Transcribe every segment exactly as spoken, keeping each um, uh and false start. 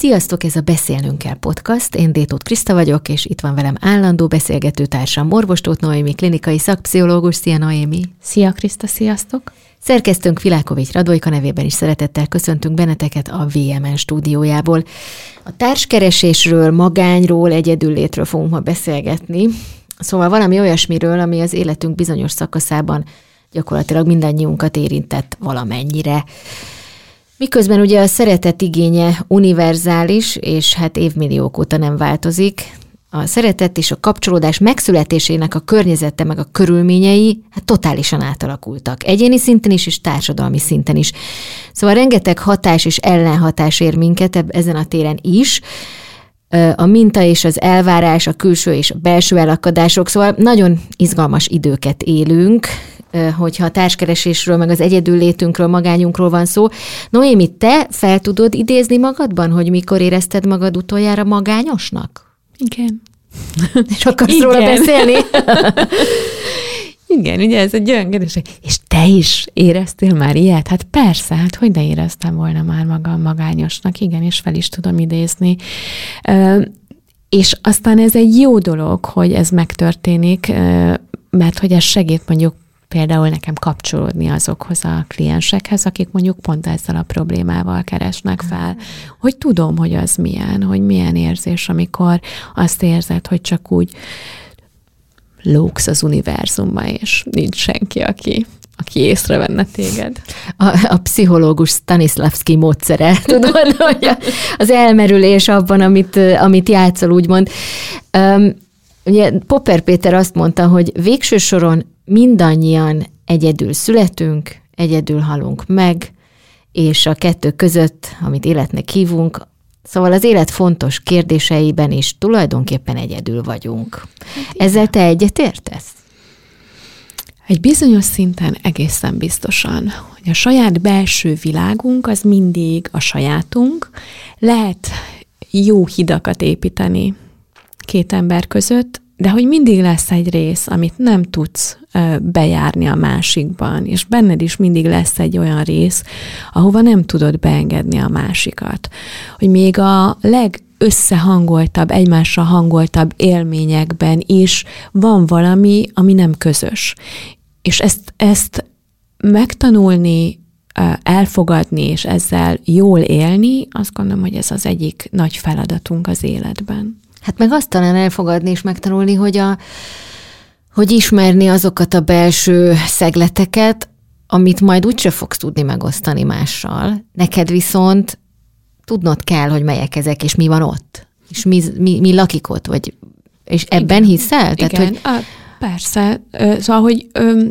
Sziasztok, ez a Beszélnünk kell podcast. Én Détóth Kriszta vagyok, és itt van velem állandó beszélgetőtársam, Morvos Tóth Noémi, klinikai szakpszichológus. Szia, Noémi! Szia, Kriszta, sziasztok! Szerkesztőnk Vilákovics Radojka nevében is szeretettel köszöntünk benneteket a vé em en stúdiójából. A társkeresésről, magányról, egyedüllétről fogunk ma beszélgetni. Szóval valami olyasmiről, ami az életünk bizonyos szakaszában gyakorlatilag mindannyiunkat érintett valamennyire. Miközben ugye a szeretet igénye univerzális, és hát évmilliók óta nem változik, a szeretet és a kapcsolódás megszületésének a környezete meg a körülményei hát totálisan átalakultak. Egyéni szinten is, és társadalmi szinten is. Szóval rengeteg hatás és ellenhatás ér minket ezen a téren is. A minta és az elvárás, a külső és a belső elakadások, szóval nagyon izgalmas időket élünk, hogyha a társkeresésről, meg az egyedüllétünkről, magányunkról van szó. Noémi, te fel tudod idézni magadban, hogy mikor érezted magad utoljára magányosnak? Igen. És akarsz róla beszélni? Igen, ugye ez egy olyan kérdés, és te is éreztél már ilyet? Hát persze, hát hogy ne éreztem volna már magam magányosnak, igen, és fel is tudom idézni. És aztán ez egy jó dolog, hogy ez megtörténik, mert hogy ez segít mondjuk például nekem kapcsolódni azokhoz a kliensekhez, akik mondjuk pont ezzel a problémával keresnek fel. Hogy tudom, hogy az milyen, hogy milyen érzés, amikor azt érzed, hogy csak úgy lógsz az univerzumba, és nincs senki, aki, aki észrevenne téged. A, a pszichológus Stanislavski módszere, tudod, hogy az elmerülés abban, amit, amit játszol, úgymond. Um, ugye Popper Péter azt mondta, hogy végső soron mindannyian egyedül születünk, egyedül halunk meg, és a kettő között, amit életnek hívunk, szóval az élet fontos kérdéseiben is tulajdonképpen egyedül vagyunk. Ezzel te egyetértesz? Egy bizonyos szinten egészen biztosan, hogy a saját belső világunk az mindig a sajátunk. Lehet jó hidakat építeni két ember között, de hogy mindig lesz egy rész, amit nem tudsz bejárni a másikban, és benned is mindig lesz egy olyan rész, ahova nem tudod beengedni a másikat. Hogy még a legösszehangoltabb, egymásra hangoltabb élményekben is van valami, ami nem közös. És ezt, ezt megtanulni, elfogadni, és ezzel jól élni, azt gondolom, hogy ez az egyik nagy feladatunk az életben. Hát meg azt talán elfogadni és megtanulni, hogy, a, hogy ismerni azokat a belső szegleteket, amit majd úgyse fogsz tudni megosztani mással. Neked viszont tudnod kell, hogy melyek ezek, és mi van ott. És mi, mi, mi lakik ott, vagy, és ebben igen, hiszel? Tehát, igen, hogy... a, persze. Szóval, hogy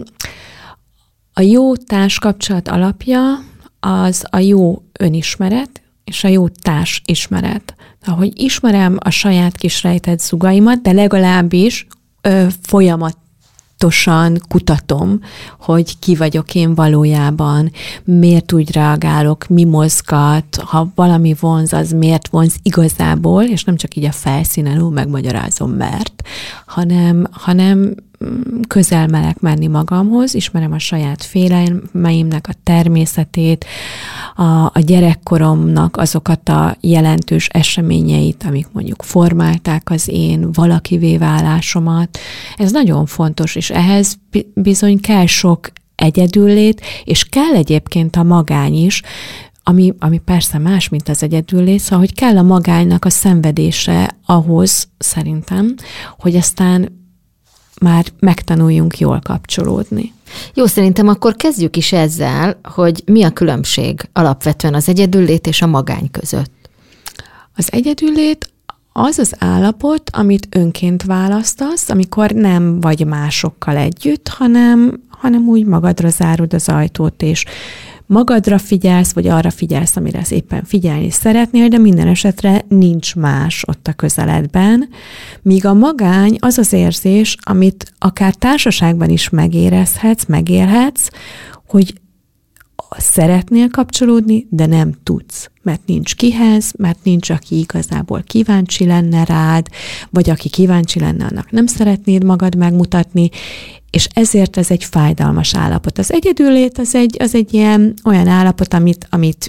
a jó társkapcsolat alapja az a jó önismeret, és a jó társismeret. Ahogy ismerem a saját kis rejtett zugaimat, de legalábbis ö, folyamatosan kutatom, hogy ki vagyok én valójában, miért úgy reagálok, mi mozgat, ha valami vonz, az miért vonz igazából, és nem csak így a felszínen úgy megmagyarázom, mert, hanem, hanem közel merek menni magamhoz, ismerem a saját félelmeimnek a természetét, a, a gyerekkoromnak azokat a jelentős eseményeit, amik mondjuk formálták az én valakivé válásomat. Ez nagyon fontos, és ehhez bizony kell sok egyedüllét, és kell egyébként a magány is, ami, ami persze más, mint az egyedüllét, szóval, hogy kell a magánynak a szenvedése ahhoz, szerintem, hogy aztán már megtanuljunk jól kapcsolódni. Jó, szerintem akkor kezdjük is ezzel, hogy mi a különbség alapvetően az egyedüllét és a magány között. Az egyedüllét az az állapot, amit önként választasz, amikor nem vagy másokkal együtt, hanem, hanem úgy magadra zárod az ajtót, és magadra figyelsz, vagy arra figyelsz, amire éppen figyelni szeretnél, de minden esetre nincs más ott a közeledben. Míg a magány az az érzés, amit akár társaságban is megérezhetsz, megélhetsz, hogy szeretnél kapcsolódni, de nem tudsz, mert nincs kihez, mert nincs, aki igazából kíváncsi lenne rád, vagy aki kíváncsi lenne, annak nem szeretnéd magad megmutatni, és ezért ez egy fájdalmas állapot. Az egyedüllét az egy, az egy ilyen olyan állapot, amit, amit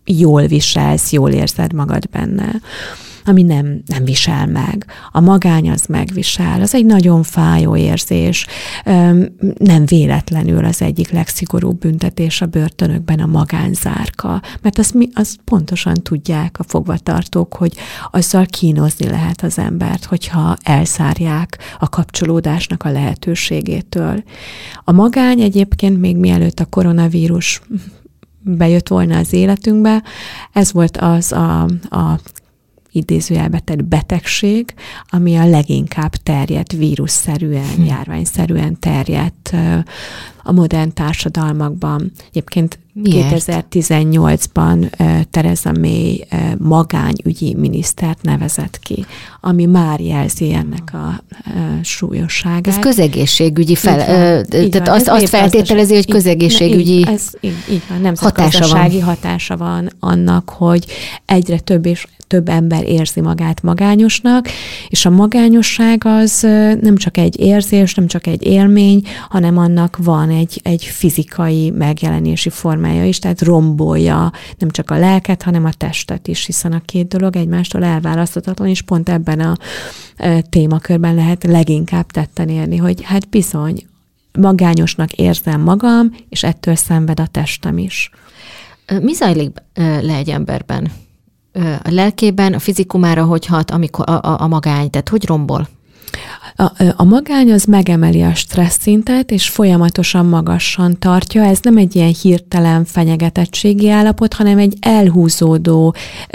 jól viselsz, jól érzed magad benne, ami nem, nem visel meg. A magány az megvisel, az egy nagyon fájó érzés. Nem véletlenül az egyik legszigorúbb büntetés a börtönökben a magányzárka, mert azt, azt pontosan tudják a fogvatartók, hogy azzal kínozni lehet az embert, hogyha elszárják a kapcsolódásnak a lehetőségétől. A magány egyébként még mielőtt a koronavírus bejött volna az életünkbe, ez volt az a, a idézőjelbe tett betegség, ami a leginkább terjedt vírusszerűen, hm. járványszerűen terjedt a modern társadalmakban. Egyébként miért? kétezer-tizennyolcban Theresa May magányügyi minisztert nevezett ki, ami már jelzi ennek a súlyosságát. Ez közegészségügyi fel, van, tehát azt, azt feltételezi, hogy közegészségügyi így, ez, így, így van, nemzetgazdasági hatása, hatása van annak, hogy egyre több és több ember érzi magát magányosnak, és a magányosság az nem csak egy érzés, nem csak egy élmény, hanem annak van egy, egy fizikai megjelenési formája is, tehát rombolja nem csak a lelket, hanem a testet is, hiszen a két dolog egymástól elválaszthatatlan, és pont ebben a témakörben lehet leginkább tetten érni, hogy hát bizony, magányosnak érzem magam, és ettől szenved a testem is. Mi zajlik le egy emberben? A lelkében, a fizikumára hogy hat, amikor a, a, a magány, tehát hogy rombol? A, a magány az megemeli a stressz szintet, és folyamatosan magasan tartja. Ez nem egy ilyen hirtelen fenyegetettségi állapot, hanem egy elhúzódó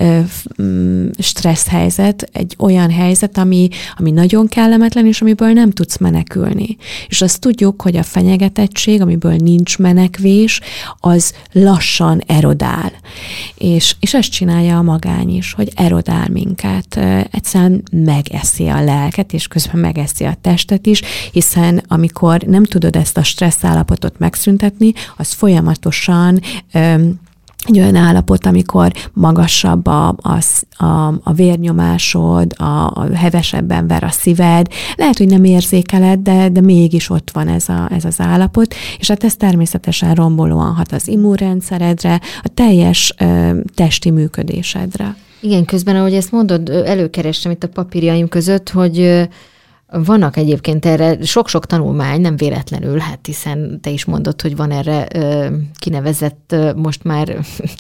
stressz helyzet, egy olyan helyzet, ami, ami nagyon kellemetlen, és amiből nem tudsz menekülni. És azt tudjuk, hogy a fenyegetettség, amiből nincs menekvés, az lassan erodál. És, és ezt csinálja a magány is, hogy erodál minket. Egyszerűen megeszi a lelket, és közben megeszi a testet is, hiszen amikor nem tudod ezt a stressz állapotot megszüntetni, az folyamatosan öm, egy olyan állapot, amikor magasabb a, a, a, a vérnyomásod, a, a hevesebben ver a szíved, lehet, hogy nem érzékeled, de, de mégis ott van ez, a, ez az állapot, és hát ez természetesen rombolóan hat az immunrendszeredre, a teljes ö, testi működésedre. Igen, közben, ahogy ezt mondod, előkerestem itt a papírjaim között, hogy vannak egyébként erre sok-sok tanulmány, nem véletlenül, hát hiszen te is mondod, hogy van erre ö, kinevezett ö, most már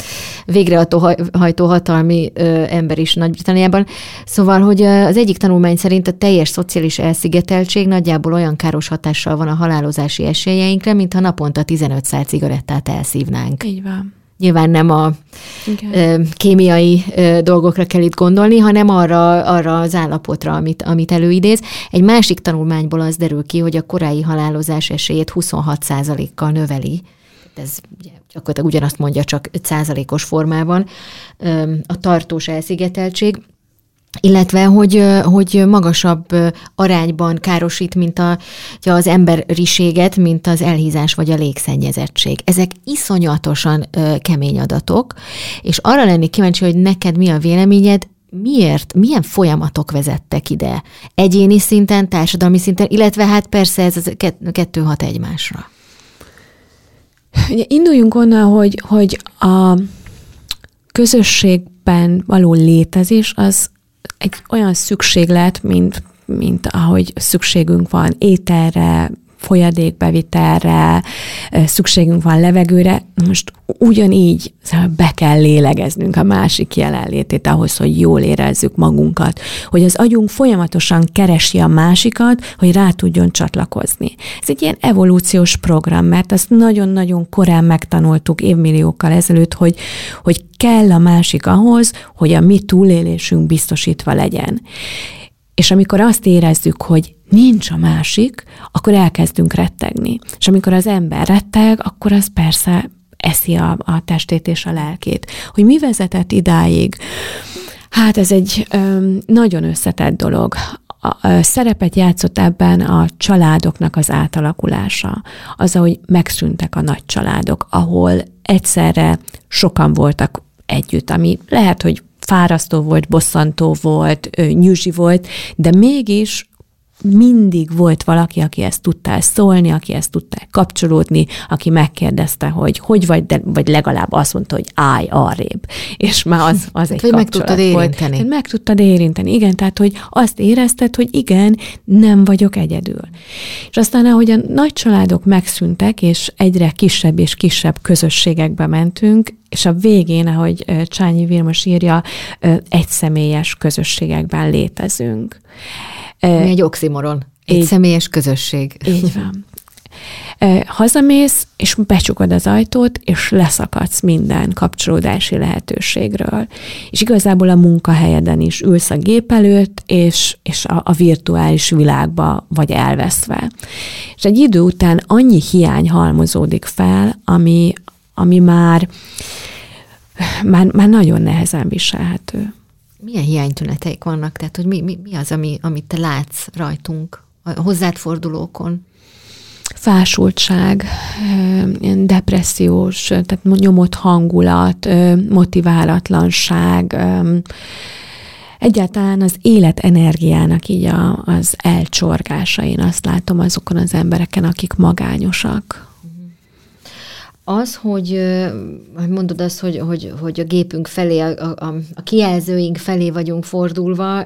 végrehajtó hatalmi ö, ember is Nagy-Britanniában. Szóval, hogy az egyik tanulmány szerint a teljes szociális elszigeteltség nagyjából olyan káros hatással van a halálozási esélyeinkre, mintha naponta tizenöt szál cigarettát elszívnánk. Így van. Nyilván nem a Igen. kémiai dolgokra kell itt gondolni, hanem arra, arra az állapotra, amit, amit előidéz. Egy másik tanulmányból az derül ki, hogy a korai halálozás esélyét huszonhat százalékkal növeli. Ez gyakorlatilag ugyanazt mondja, csak öt százalékos formában a tartós elszigeteltség. Illetve, hogy, hogy magasabb arányban károsít, mint a, az emberiséget, mint az elhízás vagy a légszennyezettség. Ezek iszonyatosan kemény adatok, és arra lennék kíváncsi, hogy neked mi a véleményed, miért, milyen folyamatok vezettek ide? Egyéni szinten, társadalmi szinten, illetve hát persze ez az kettő hat egymásra. Ugye induljunk onnan, hogy, hogy a közösségben való létezés az egy olyan szükséglet, mint, mint ahogy szükségünk van ételre, folyadékbevitelre, szükségünk van levegőre, most ugyanígy be kell lélegeznünk a másik jelenlétét ahhoz, hogy jól érezzük magunkat, hogy az agyunk folyamatosan keresi a másikat, hogy rá tudjon csatlakozni. Ez egy ilyen evolúciós program, mert azt nagyon-nagyon korán megtanultuk évmilliókkal ezelőtt, hogy, hogy kell a másik ahhoz, hogy a mi túlélésünk biztosítva legyen. És amikor azt érezzük, hogy nincs a másik, akkor elkezdünk rettegni. És amikor az ember retteg, akkor az persze eszi a, a testét és a lelkét. Hogy mi vezetett idáig? Hát ez egy öm, nagyon összetett dolog. A, a szerepet játszott ebben a családoknak az átalakulása. Az, ahogy megszűntek a nagy családok, ahol egyszerre sokan voltak együtt, ami lehet, hogy fárasztó volt, bosszantó volt, nyüzsi volt, de mégis mindig volt valaki, aki ezt tudtál szólni, aki ezt tudtál kapcsolódni, aki megkérdezte, hogy hogy vagy, de, vagy legalább azt mondta, hogy állj arrébb. És már az, az egy hogy kapcsolat meg tudtad érinteni. volt. Meg tudtad érinteni, igen, tehát, hogy azt érezted, hogy igen, nem vagyok egyedül. És aztán, ahogy a nagy családok megszűntek, és egyre kisebb és kisebb közösségekbe mentünk, és a végén, ahogy Csányi Vilmos írja, egyszemélyes közösségekben létezünk. Mi egy oximoron. Egy így, személyes közösség. Így van. Hazamész, és becsukod az ajtót, és leszakadsz minden kapcsolódási lehetőségről. És igazából a munkahelyeden is ülsz a gép előtt, és, és a, a virtuális világba vagy elveszve. És egy idő után annyi hiány halmozódik fel, ami, ami már, már, már nagyon nehezen viselhető. Milyen hiánytüneteik vannak? Tehát, hogy mi, mi, mi az, ami, amit te látsz rajtunk, a hozzád fordulókon? Fásultság, depressziós, tehát nyomott hangulat, motiválatlanság, egyáltalán az életenergiának így a, az elcsorgása. Én azt látom azokon az embereken, akik magányosak. Az, hogy mondod azt, hogy, hogy, hogy a gépünk felé, a, a, a kijelzőink felé vagyunk fordulva,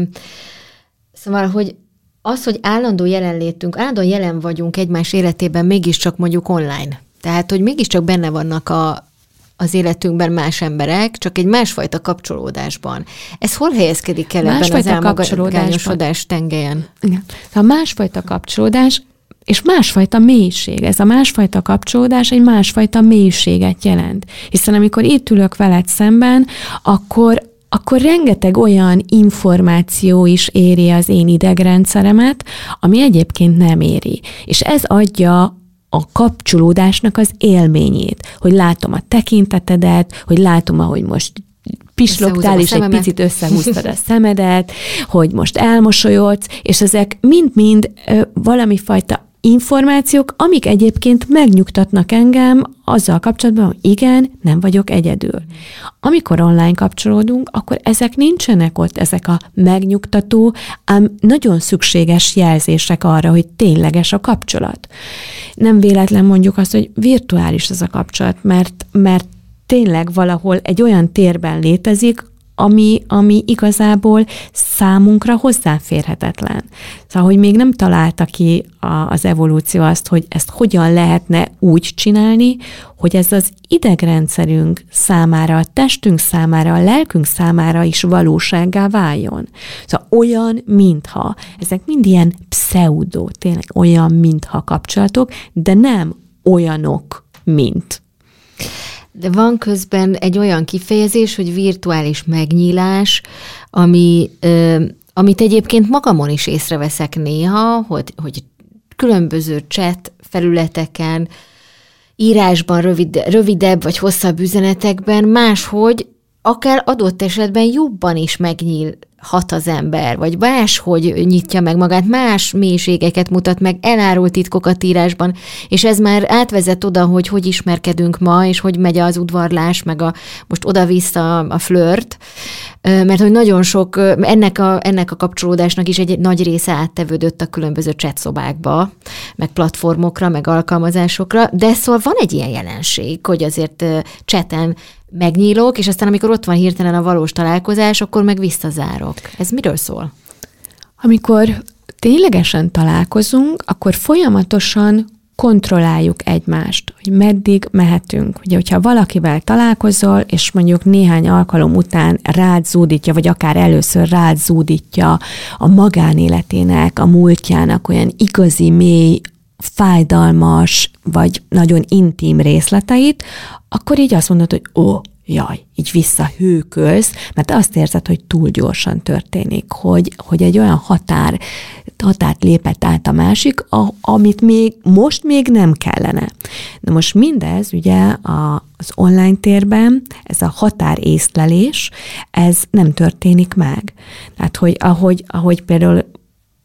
szóval, hogy az, hogy állandó jelenlétünk, állandóan jelen vagyunk egymás életében, mégiscsak mondjuk online. Tehát, hogy mégiscsak benne vannak a, az életünkben más emberek, csak egy másfajta kapcsolódásban. Ez hol helyezkedik el ebben az elmagányosodás tengelyen? Igen. A másfajta kapcsolódás, és másfajta mélység. Ez a másfajta kapcsolódás egy másfajta mélységet jelent. Hiszen amikor itt ülök veled szemben, akkor akkor rengeteg olyan információ is éri az én idegrendszeremet, ami egyébként nem éri. És ez adja a kapcsolódásnak az élményét, hogy látom a tekintetedet, hogy látom, ahogy most pislogtál, és egy picit összehúztad a szemedet, hogy most elmosolyodsz, és ezek mind-mind valami fajta információk, amik egyébként megnyugtatnak engem azzal kapcsolatban, hogy igen, nem vagyok egyedül. Amikor online kapcsolódunk, akkor ezek nincsenek ott, ezek a megnyugtató, ám nagyon szükséges jelzések arra, hogy tényleges a kapcsolat. Nem véletlen mondjuk azt, hogy virtuális ez a kapcsolat, mert, mert tényleg valahol egy olyan térben létezik, ami, ami igazából számunkra hozzáférhetetlen. Szóval, hogy még nem találta ki a, az evolúció azt, hogy ezt hogyan lehetne úgy csinálni, hogy ez az idegrendszerünk számára, a testünk számára, a lelkünk számára is valósággá váljon. Szóval olyan, mintha. Ezek mind ilyen pseudo, tényleg olyan, mintha kapcsolatok, de nem olyanok, mint. De van közben egy olyan kifejezés, hogy virtuális megnyílás, ami, ö, amit egyébként magamon is észreveszek néha, hogy, hogy különböző chat felületeken, írásban rövid, rövidebb vagy hosszabb üzenetekben máshogy, akár adott esetben jobban is megnyílhat az ember, vagy máshogy nyitja meg magát, más mélységeket mutat meg, elárult titkokat írásban, és ez már átvezet oda, hogy hogy ismerkedünk ma, és hogy megy az udvarlás, meg a, most oda-vissza a flört, mert hogy nagyon sok, ennek a, ennek a kapcsolódásnak is egy nagy része áttevődött a különböző chatszobákba, meg platformokra, meg alkalmazásokra, de szóval van egy ilyen jelenség, hogy azért chaten megnyílok, és aztán amikor ott van hirtelen a valós találkozás, akkor meg visszazárok. Ez miről szól? Amikor ténylegesen találkozunk, akkor folyamatosan kontrolláljuk egymást, hogy meddig mehetünk. Ugye, hogyha valakivel találkozol, és mondjuk néhány alkalom után rád zúdítja, vagy akár először rád zúdítja a magánéletének, a múltjának olyan igazi, mély, fájdalmas, vagy nagyon intim részleteit, akkor így azt mondod, hogy ó, jaj, így visszahőkölsz, mert azt érzed, hogy túl gyorsan történik, hogy, hogy egy olyan határ, határt lépett át a másik, a, amit még most még nem kellene. Na most mindez ugye a, az online térben, ez a határészlelés, ez nem történik meg. Tehát, hogy ahogy, ahogy például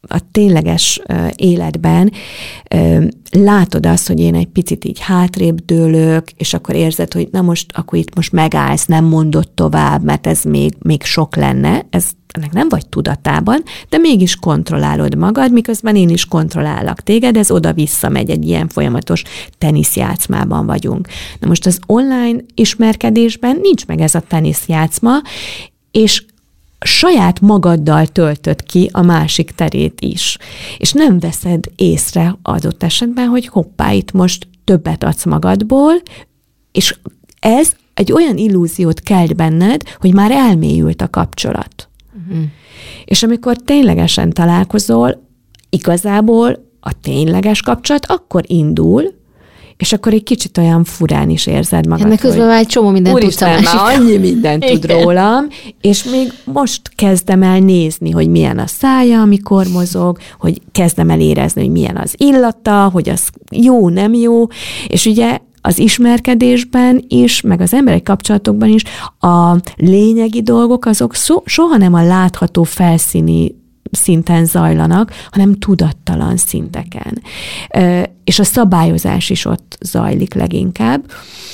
a tényleges uh, életben uh, látod azt, hogy én egy picit így hátrébb dőlök, és akkor érzed, hogy na most, akkor itt most megállsz, nem mondod tovább, mert ez még, még sok lenne, ez ennek nem vagy tudatában, de mégis kontrollálod magad, miközben én is kontrollálok téged, ez oda-vissza megy, egy ilyen folyamatos teniszjátszmában vagyunk. Na most az online ismerkedésben nincs meg ez a teniszjátszma, és saját magaddal töltöd ki a másik terét is. És nem veszed észre adott esetben, hogy hoppá, itt most többet adsz magadból, és ez egy olyan illúziót kelt benned, hogy már elmélyült a kapcsolat. Uh-huh. És amikor ténylegesen találkozol, igazából a tényleges kapcsolat akkor indul, és akkor egy kicsit olyan furán is érzed magad, ennek közben már egy csomó mindent tudsz a másik. Már annyi mindent tud rólam, és még most kezdem el nézni, hogy milyen a szája, amikor mozog, hogy kezdem el érezni, hogy milyen az illata, hogy az jó, nem jó, és ugye az ismerkedésben is, meg az emberi kapcsolatokban is a lényegi dolgok azok szó, soha nem a látható felszíni szinten zajlanak, hanem tudattalan szinteken. És a szabályozás is ott zajlik leginkább.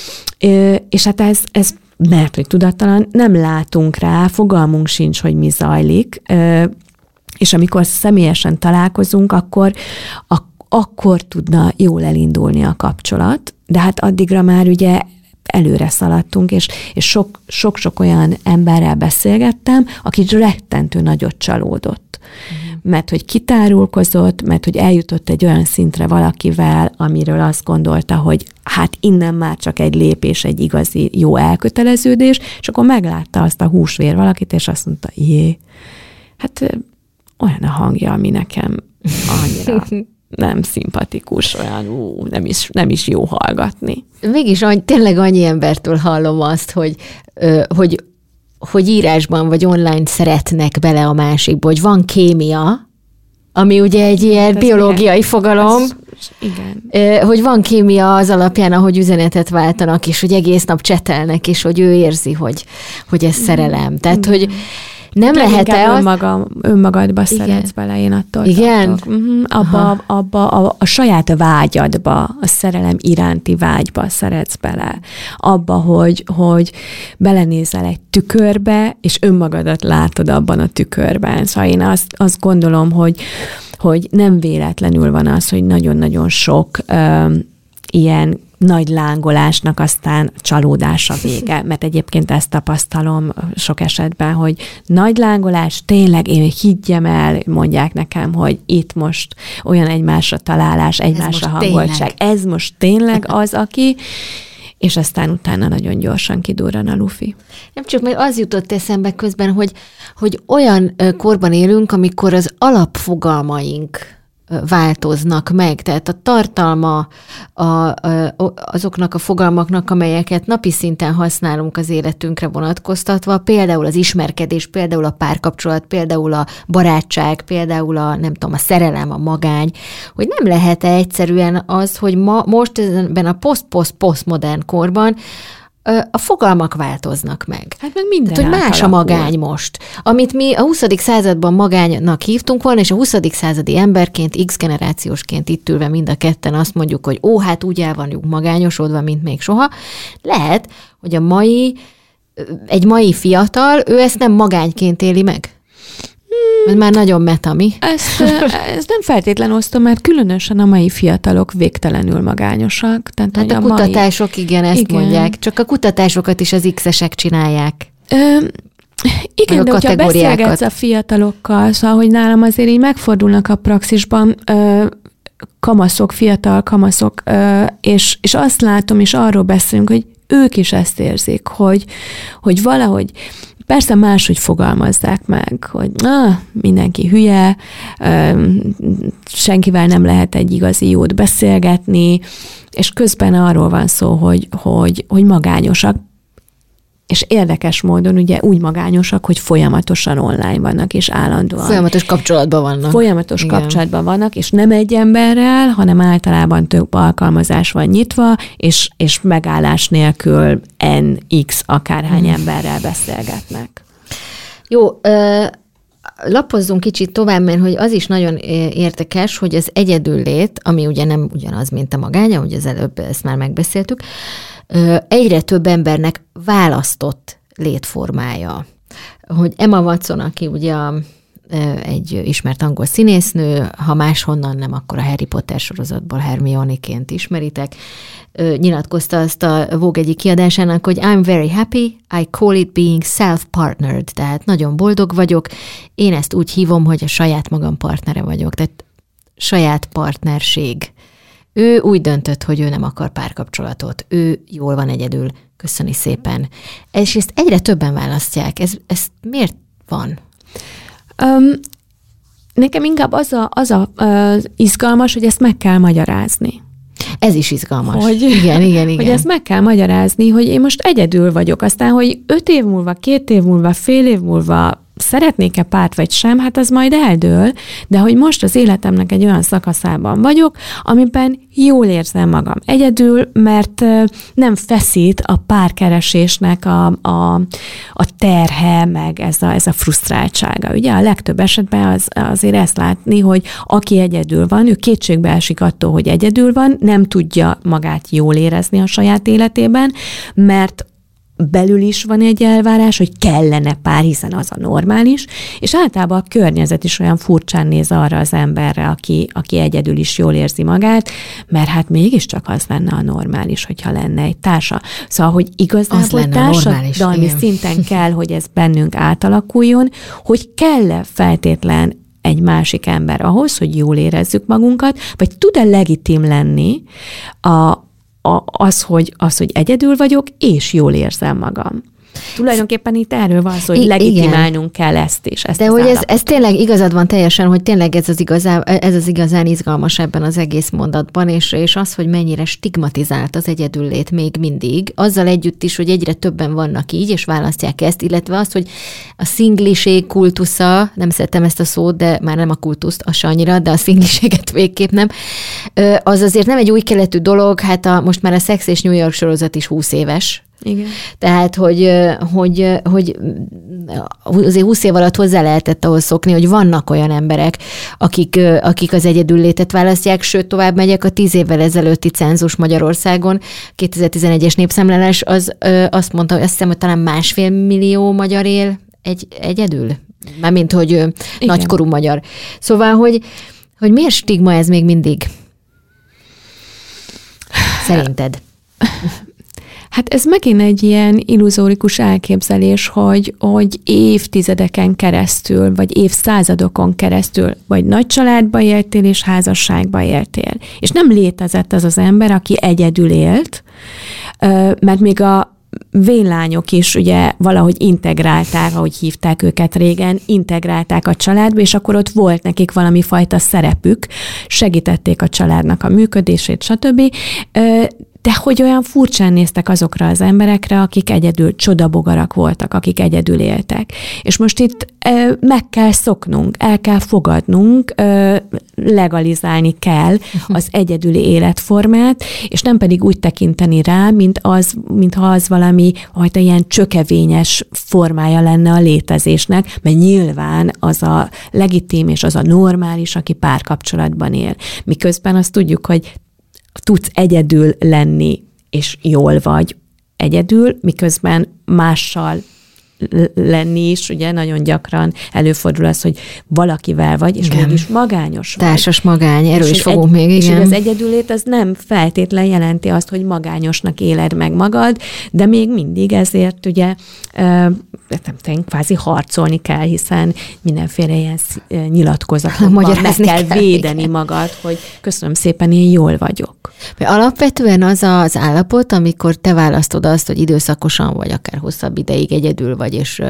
És hát ez, ez mert hogy tudattalan, nem látunk rá, fogalmunk sincs, hogy mi zajlik, és amikor személyesen találkozunk, akkor, ak- akkor tudna jól elindulni a kapcsolat, de hát addigra már ugye előre szaladtunk, és, és sok, sok-sok olyan emberrel beszélgettem, aki rettentő nagyot csalódott. Mm. Mert hogy kitárulkozott, mert hogy eljutott egy olyan szintre valakivel, amiről azt gondolta, hogy hát innen már csak egy lépés, egy igazi jó elköteleződés, és akkor meglátta azt a húsvér valakit, és azt mondta, jé, hát olyan a hangja, ami nekem annyira nem szimpatikus, olyan, ú, nem is, nem is jó hallgatni. Mégis tényleg annyi embertől hallom azt, hogy, hogy, hogy írásban vagy online szeretnek bele a másikba, hogy van kémia, ami ugye egy ilyen hát biológiai milyen? fogalom, az, igen. Hogy van kémia az alapján, ahogy üzenetet váltanak, és hogy egész nap csetelnek, és hogy ő érzi, hogy, hogy ez szerelem. Tehát, igen. hogy nem lehet-e az... Önmaga, önmagadba igen. szeretsz bele, én attól igen? Uh-huh. Abba, abba a, a saját vágyadba, a szerelem iránti vágyba szeretsz bele. Abba, hogy, hogy belenézel egy tükörbe, és önmagadat látod abban a tükörben. Szóval én azt, azt gondolom, hogy, hogy nem véletlenül van az, hogy nagyon-nagyon sok um, ilyen nagy lángolásnak aztán csalódása vége, mert egyébként ezt tapasztalom sok esetben, hogy nagy lángolás, tényleg én higgyem el, mondják nekem, hogy itt most olyan egymásra találás, egymásra ez hangoltság. Ez most tényleg az, aki, és aztán utána nagyon gyorsan kidurran a lufi. Nem csak, mert az jutott eszembe közben, hogy, hogy olyan korban élünk, amikor az alapfogalmaink változnak meg. Tehát a tartalma a, a, azoknak a fogalmaknak, amelyeket napi szinten használunk az életünkre vonatkoztatva, például az ismerkedés, például a párkapcsolat, például a barátság, például a, nem tudom, a szerelem, a magány, hogy nem lehet-e egyszerűen az, hogy ma, most ebben a poszt-poszt-posztmodern korban a fogalmak változnak meg. Hát meg minden Tehát, hogy más alakul. A magány most. Amit mi a huszadik században magánynak hívtunk volna, és a huszadik századi emberként, X generációsként itt ülve mind a ketten azt mondjuk, hogy ó, hát úgy el vanjuk magányosodva, mint még soha. Lehet, hogy a mai, egy mai fiatal, ő ezt nem magányként éli meg. Ez már nagyon meta, mi? Ezt, ezt nem feltétlen osztom, mert különösen a mai fiatalok végtelenül magányosak. Tehát, hát a, a kutatások mai... igen, ezt igen. mondják. Csak a kutatásokat is az X-esek csinálják. Ö, igen, de hogyha beszélgetsz a fiatalokkal, szóval, hogy nálam azért így megfordulnak a praxisban ö, kamaszok, fiatal kamaszok, ö, és, és azt látom, és arról beszélünk, hogy ők is ezt érzik, hogy, hogy valahogy persze máshogy fogalmazzák meg, hogy ah, mindenki hülye, senkivel nem lehet egy igazi jót beszélgetni, és közben arról van szó, hogy, hogy, hogy magányosak, és érdekes módon ugye úgy magányosak, hogy folyamatosan online vannak, és állandóan. Folyamatos kapcsolatban vannak. Folyamatos igen. kapcsolatban vannak, és nem egy emberrel, hanem általában több alkalmazás van nyitva, és, és megállás nélkül N X akárhány hmm. emberrel beszélgetnek. Jó, ö, lapozzunk kicsit tovább, mert hogy az is nagyon érdekes, hogy az egyedüllét, ami ugye nem ugyanaz, mint a magány, ahogy az előbb ezt már megbeszéltük, egyre több embernek választott létformája. Hogy Emma Watson, aki ugye a, egy ismert angol színésznő, ha máshonnan nem, akkor a Harry Potter sorozatból Hermione-ként ismeritek, nyilatkozta azt a Vogue egyik kiadásának, hogy I'm very happy, I call it being self-partnered, tehát nagyon boldog vagyok, én ezt úgy hívom, hogy a saját magam partnere vagyok, tehát saját partnerség. Ő úgy döntött, hogy ő nem akar párkapcsolatot, ő jól van egyedül, köszöni szépen. És ezt egyre többen választják, ez, ez miért van? Um, nekem inkább az, a, az a, az izgalmas, hogy ezt meg kell magyarázni. Ez is izgalmas. Hogy, igen, igen, igen. Hogy ezt meg kell magyarázni, hogy én most egyedül vagyok. Aztán, hogy öt év múlva, két év múlva, fél év múlva szeretnék-e párt vagy sem, hát az majd eldől, de hogy most az életemnek egy olyan szakaszában vagyok, amiben jól érzem magam egyedül, mert nem feszít a párkeresésnek a, a, a terhe, meg ez a, ez a frusztráltsága. Ugye a legtöbb esetben az, azért ezt látni, hogy aki egyedül van, ő kétségbe esik attól, hogy egyedül van, nem tudja magát jól érezni a saját életében, mert belül is van egy elvárás, hogy kellene pár, hiszen az a normális, és általában a környezet is olyan furcsán néz arra az emberre, aki, aki egyedül is jól érzi magát, mert hát mégiscsak az lenne a normális, hogyha lenne egy társa. Szóval, hogy igazából társadalmi szinten kell, hogy ez bennünk átalakuljon, hogy kell-e feltétlen egy másik ember ahhoz, hogy jól érezzük magunkat, vagy tud-e legitim lenni a A, az, hogy, az, hogy egyedül vagyok, és jól érzem magam. Tulajdonképpen itt erről van szó, hogy I- legitimálnunk igen. kell ezt is. Ezt De hogy ez, ez tényleg igazad van teljesen, hogy tényleg ez az, igazán, ez az igazán izgalmas ebben az egész mondatban, és, és az, hogy mennyire stigmatizált az egyedüllét még mindig, azzal együtt is, hogy egyre többen vannak így, és választják ezt, illetve az, hogy a szingliség kultusza, nem szeretem ezt a szót, de már nem a kultuszt, az se annyira, de a szingliséget végképp nem, az azért nem egy új keletű dolog, hát a, most már a Sex és New York sorozat is húsz éves. Igen. Tehát, hogy, hogy, hogy azért húsz év alatt hozzá lehetett ahhoz szokni, hogy vannak olyan emberek, akik, akik az egyedüllétet választják, sőt, tovább megyek, a tíz évvel ezelőtti cenzus Magyarországon, kétezer-tizenegyes népszámlálás, az azt mondta, hogy azt hiszem, hogy talán másfél millió magyar él egy, egyedül. Mármint, hogy igen. Nagykorú magyar. Szóval, hogy, hogy miért stigma ez még mindig? Szerinted? Hát ez megint egy ilyen illuzórikus elképzelés, hogy, hogy évtizedeken keresztül, vagy évszázadokon keresztül, vagy nagy családba éltél, és házasságba éltél. És nem létezett az az ember, aki egyedül élt, mert még a vélányok is ugye valahogy integrálták, ahogy hívták őket régen, integrálták a családba, és akkor ott volt nekik valami fajta szerepük, segítették a családnak a működését, stb., de hogy olyan furcsán néztek azokra az emberekre, akik egyedül csodabogarak voltak, akik egyedül éltek. És most itt e, meg kell szoknunk, el kell fogadnunk, e, legalizálni kell az egyedüli életformát, és nem pedig úgy tekinteni rá, mint az, mintha az valami hajta ilyen csökevényes formája lenne a létezésnek, mert nyilván az a legitim és az a normális, aki párkapcsolatban él. Miközben azt tudjuk, hogy tudsz egyedül lenni, és jól vagy egyedül, miközben mással lenni is, ugye nagyon gyakran előfordul az, hogy valakivel vagy, és igen. mégis magányos vagy. Társas magány, erről és is fogunk egy, még, igen. És hogy az egyedüllét az nem feltétlen jelenti azt, hogy magányosnak éled meg magad, de még mindig ezért ugye nem tudom, kvázi harcolni kell, hiszen mindenféle ilyen nyilatkozatokban meg kell, kell védeni igen. magad, hogy köszönöm szépen, én jól vagyok. Alapvetően az az állapot, amikor te választod azt, hogy időszakosan vagy akár hosszabb ideig egyedül vagy, és,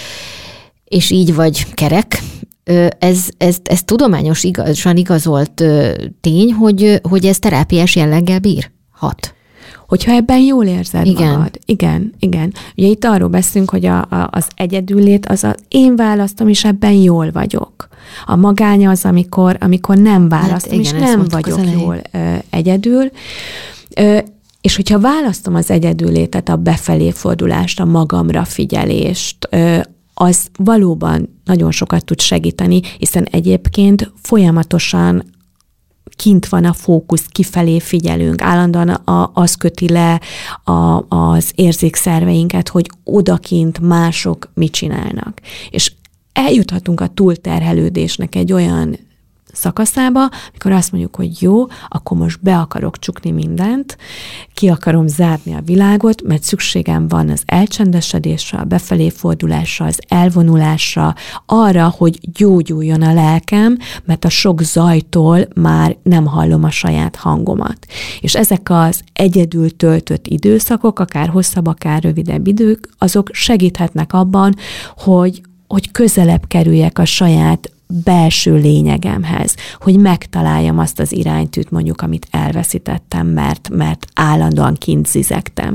és így vagy kerek, ez, ez, ez tudományos igazán igazolt tény, hogy, hogy ez terápiás jelleggel bír? Hat. Hogyha ebben jól érzed igen. magad. Igen, igen. Ugye itt arról beszélünk, hogy a, a, az egyedüllét, az az én választom, és ebben jól vagyok. A magánya az, amikor, amikor nem választom, hát igen, és nem vagyok jól ö, egyedül. Ö, és hogyha választom az egyedüllétet, a befelé fordulást, a magamra figyelést, ö, az valóban nagyon sokat tud segíteni, hiszen egyébként folyamatosan kint van a fókusz, kifelé figyelünk, állandóan a, az köti le a, az érzékszerveinket, hogy odakint mások mit csinálnak. És eljuthatunk a túlterhelődésnek egy olyan szakaszába, amikor azt mondjuk, hogy jó, akkor most be akarok csukni mindent, ki akarom zárni a világot, mert szükségem van az elcsendesedésre, a befelé fordulásra, az elvonulásra, arra, hogy gyógyuljon a lelkem, mert a sok zajtól már nem hallom a saját hangomat. És ezek az egyedül töltött időszakok, akár hosszabb, akár rövidebb idők, azok segíthetnek abban, hogy, hogy közelebb kerüljek a saját belső lényegemhez, hogy megtaláljam azt az iránytűt, mondjuk, amit elveszítettem, mert, mert állandóan kint zizegtem.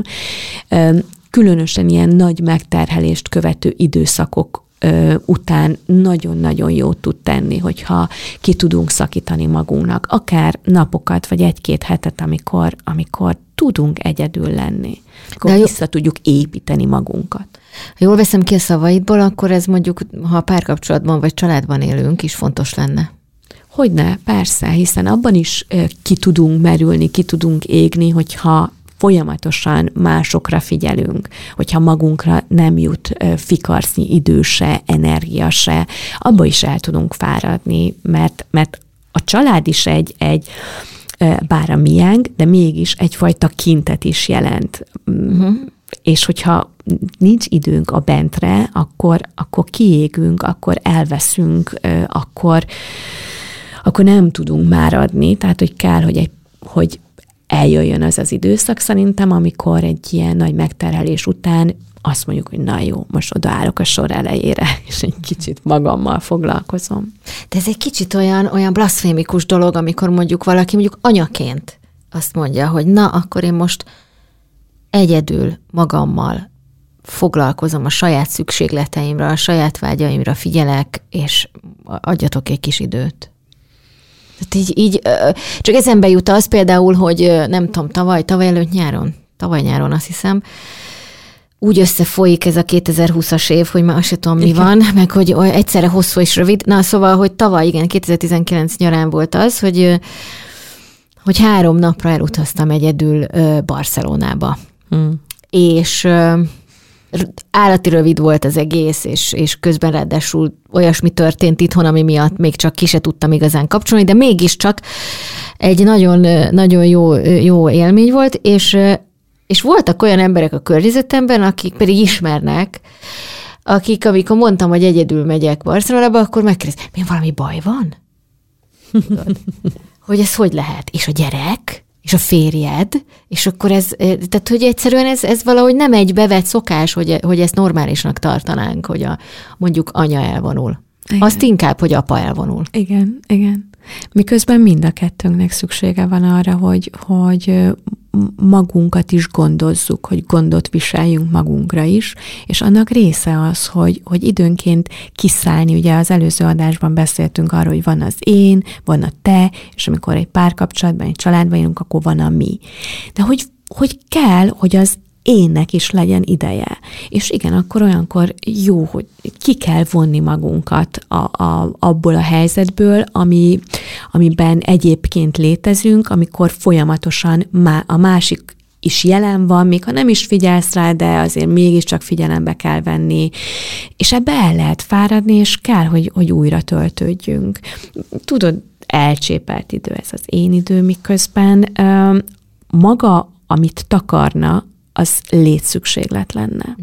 Különösen ilyen nagy megterhelést követő időszakok után nagyon-nagyon jót tud tenni, hogyha ki tudunk szakítani magunknak, akár napokat, vagy egy-két hetet, amikor, amikor tudunk egyedül lenni. Akkor De vissza jó. tudjuk építeni magunkat. Ha jól veszem ki a szavaidból, akkor ez mondjuk, ha párkapcsolatban vagy családban élünk, is fontos lenne. Hogyne, persze, hiszen abban is ki tudunk merülni, ki tudunk égni, hogyha folyamatosan másokra figyelünk, hogyha magunkra nem jut fikarsznyi idő se, energia se, abba is el tudunk fáradni, mert, mert a család is egy, egy bár a miénk, de mégis egyfajta kintet is jelent. Uh-huh. És hogyha nincs időnk a bentre, akkor, akkor kiégünk, akkor elveszünk, akkor, akkor nem tudunk már adni. Tehát, hogy kell, hogy, egy, hogy eljöjjön az az időszak szerintem, amikor egy ilyen nagy megterhelés után azt mondjuk, hogy na jó, most odaállok a sor elejére, és egy kicsit magammal foglalkozom. De ez egy kicsit olyan, olyan blaszfémikus dolog, amikor mondjuk valaki mondjuk anyaként azt mondja, hogy na, akkor én most egyedül magammal foglalkozom, a saját szükségleteimre, a saját vágyaimra figyelek, és adjatok egy kis időt. Tehát így, így csak eszembe jut az például, hogy nem tudom, tavaly, tavaly előtt nyáron, tavaly nyáron azt hiszem, úgy összefolyik ez a kétezer-húszas év, hogy már azt sem tudom, mi igen. van, meg hogy egyszerre hosszú és rövid. Na, szóval, hogy tavaly, igen, kétezer-tizenkilenc nyarán volt az, hogy, hogy három napra elutaztam egyedül Barcelonába. Hmm. És állati rövid volt az egész, és, és közben ráadásul olyasmi történt itthon, ami miatt még csak ki se tudtam igazán kapcsolni, de mégiscsak egy nagyon, nagyon jó, jó élmény volt, és, és voltak olyan emberek a környezetemben, akik pedig ismernek, akik, amikor mondtam, hogy egyedül megyek Barcelonába, akkor megkérdezték, mi valami baj van? Hogy ez hogy lehet? És a gyerek? És a férjed, és akkor ez, tehát hogy egyszerűen ez, ez valahogy nem egy bevett szokás, hogy, hogy ezt normálisnak tartanánk, hogy a, mondjuk anya elvonul. Igen. Azt inkább, hogy apa elvonul. Igen, igen. Miközben mind a kettőnknek szüksége van arra, hogy, hogy magunkat is gondozzuk, hogy gondot viseljünk magunkra is, és annak része az, hogy, hogy időnként kiszállni, ugye az előző adásban beszéltünk arról, hogy van az én, van a te, és amikor egy párkapcsolatban, egy családban élünk, akkor van a mi. De hogy, hogy kell, hogy az énnek is legyen ideje. És igen, akkor olyankor jó, hogy ki kell vonni magunkat a, a, abból a helyzetből, ami, amiben egyébként létezünk, amikor folyamatosan má, a másik is jelen van, még ha nem is figyelsz rá, de azért mégiscsak figyelembe kell venni, és ebbe el lehet fáradni, és kell, hogy, hogy újra töltődjünk. Tudod, elcsépelt idő, ez az én idő, miközben um, maga, amit takarna, az létszükséglet lenne.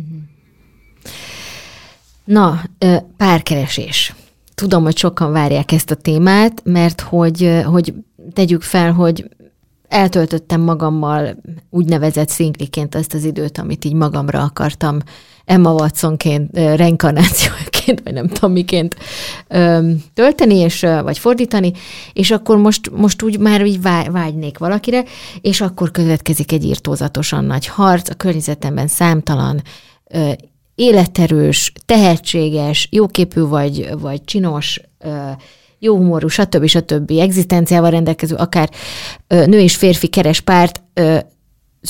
Na, párkeresés. Tudom, hogy sokan várják ezt a témát, mert hogy, hogy tegyük fel, hogy eltöltöttem magammal úgynevezett szingliként azt az időt, amit így magamra akartam Emma Watsonként, reinkarnációként, vagy nem tudom miként tölteni, és, vagy fordítani, és akkor most, most úgy már így vágynék valakire, és akkor következik egy irtózatosan nagy harc, a környezetemben számtalan életerős, tehetséges, jóképű vagy, vagy csinos, jó humorú, stb. stb. Egzisztenciával rendelkező, akár nő és férfi keres párt,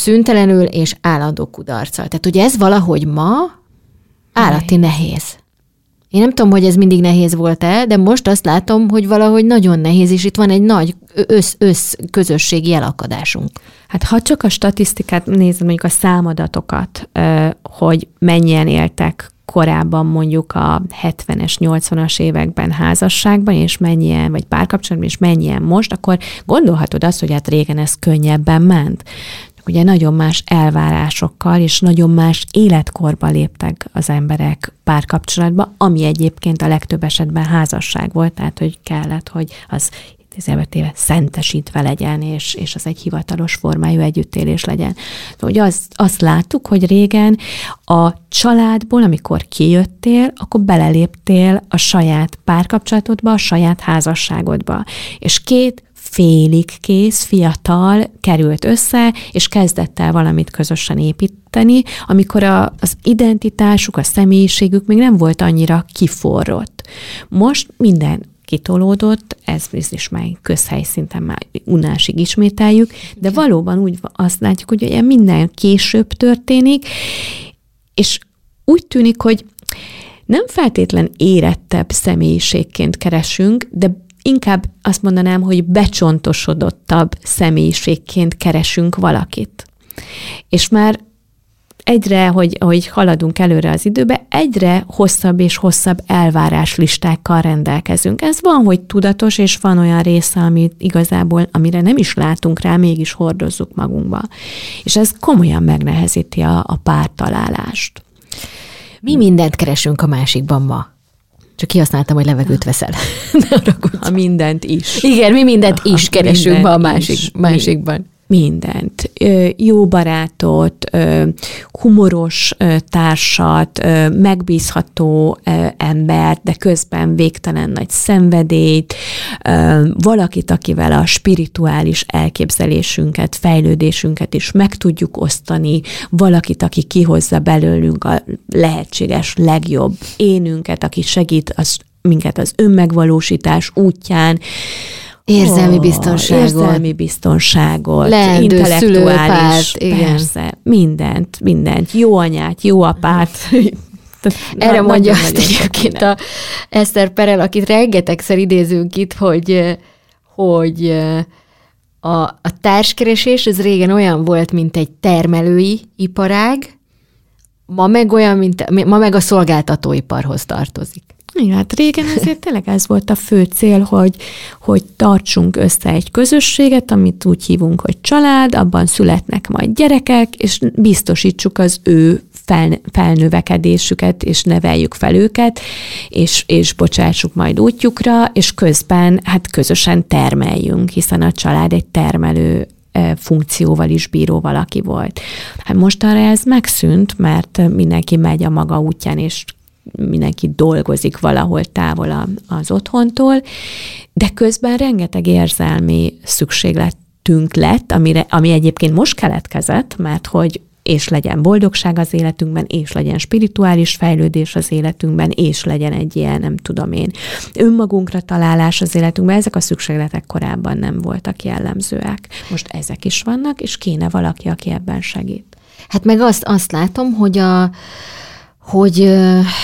szüntelenül és állandó kudarccal. Tehát ugye ez valahogy ma állati nehéz. Én nem tudom, hogy ez mindig nehéz volt-e, de most azt látom, hogy valahogy nagyon nehéz, és itt van egy nagy össz-össz közösségi elakadásunk. Hát ha csak a statisztikát nézed, mondjuk a számadatokat, hogy mennyien éltek korábban mondjuk a hetvenes, nyolcvanas években házasságban, és mennyien, vagy párkapcsolatban, és mennyien most, akkor gondolhatod azt, hogy hát régen ez könnyebben ment. Ugye nagyon más elvárásokkal és nagyon más életkorba léptek az emberek párkapcsolatba, ami egyébként a legtöbb esetben házasság volt, tehát hogy kellett, hogy az éve szentesítve legyen, és, és az egy hivatalos formájú együttélés legyen. Hogy az, azt láttuk, hogy régen a családból, amikor kijöttél, akkor beleléptél a saját párkapcsolatodba, a saját házasságodba. És két félig kész, fiatal került össze, és kezdett el valamit közösen építeni, amikor a, az identitásuk, a személyiségük még nem volt annyira kiforrott. Most minden kitolódott, ez is már közhelyszinten már unásig ismételjük, de valóban úgy azt látjuk, hogy minden később történik, és úgy tűnik, hogy nem feltétlen érettebb személyiségként keresünk, de inkább azt mondanám, hogy becsontosodottabb személyiségként keresünk valakit. És már egyre, hogy, hogy haladunk előre az időbe, egyre hosszabb és hosszabb elváráslistákkal rendelkezünk. Ez van, hogy tudatos, és van olyan része, amit igazából, amire nem is látunk rá, mégis hordozzuk magunkba. És ez komolyan megnehezíti a, a pártalálást. Mi mindent keresünk a másikban ma? Csak kihasználtam, hogy levegőt veszel. A mindent is. Igen, mi mindent is a keresünk mindent ma a másik, is. másikban. Mindent. Jó barátot, humoros társat, megbízható embert, de közben végtelen nagy szenvedélyt, valakit, akivel a spirituális elképzelésünket, fejlődésünket is meg tudjuk osztani, valakit, aki kihozza belőlünk a lehetséges legjobb énünket, aki segít az, minket az önmegvalósítás útján. Érzelmi biztonságot. Érzelmi biztonságot. Leendő intellektuális, persze, mindent, mindent. Jó anyát, jó apát. Erre Na, mondja azt egyébként a Eszter Perel, akit rengetegszer idézünk itt, hogy, hogy a, a társkeresés ez régen olyan volt, mint egy termelői iparág, ma meg olyan, mint ma meg a szolgáltatóiparhoz tartozik. Igen, hát régen azért tényleg ez volt a fő cél, hogy, hogy tartsunk össze egy közösséget, amit úgy hívunk, hogy család, abban születnek majd gyerekek, és biztosítsuk az ő fel, felnövekedésüket, és neveljük fel őket, és, és bocsássuk majd útjukra, és közben hát közösen termeljünk, hiszen a család egy termelő funkcióval is bíró valaki volt. Hát mostanra ez megszűnt, mert mindenki megy a maga útján, és mindenki dolgozik valahol távol az otthontól, de közben rengeteg érzelmi szükségletünk lett, amire, ami egyébként most keletkezett, mert hogy és legyen boldogság az életünkben, és legyen spirituális fejlődés az életünkben, és legyen egy ilyen, nem tudom én, önmagunkra találás az életünkben. Ezek a szükségletek korábban nem voltak jellemzőek. Most ezek is vannak, és kéne valaki, aki ebben segít. Hát meg azt, azt látom, hogy a hogy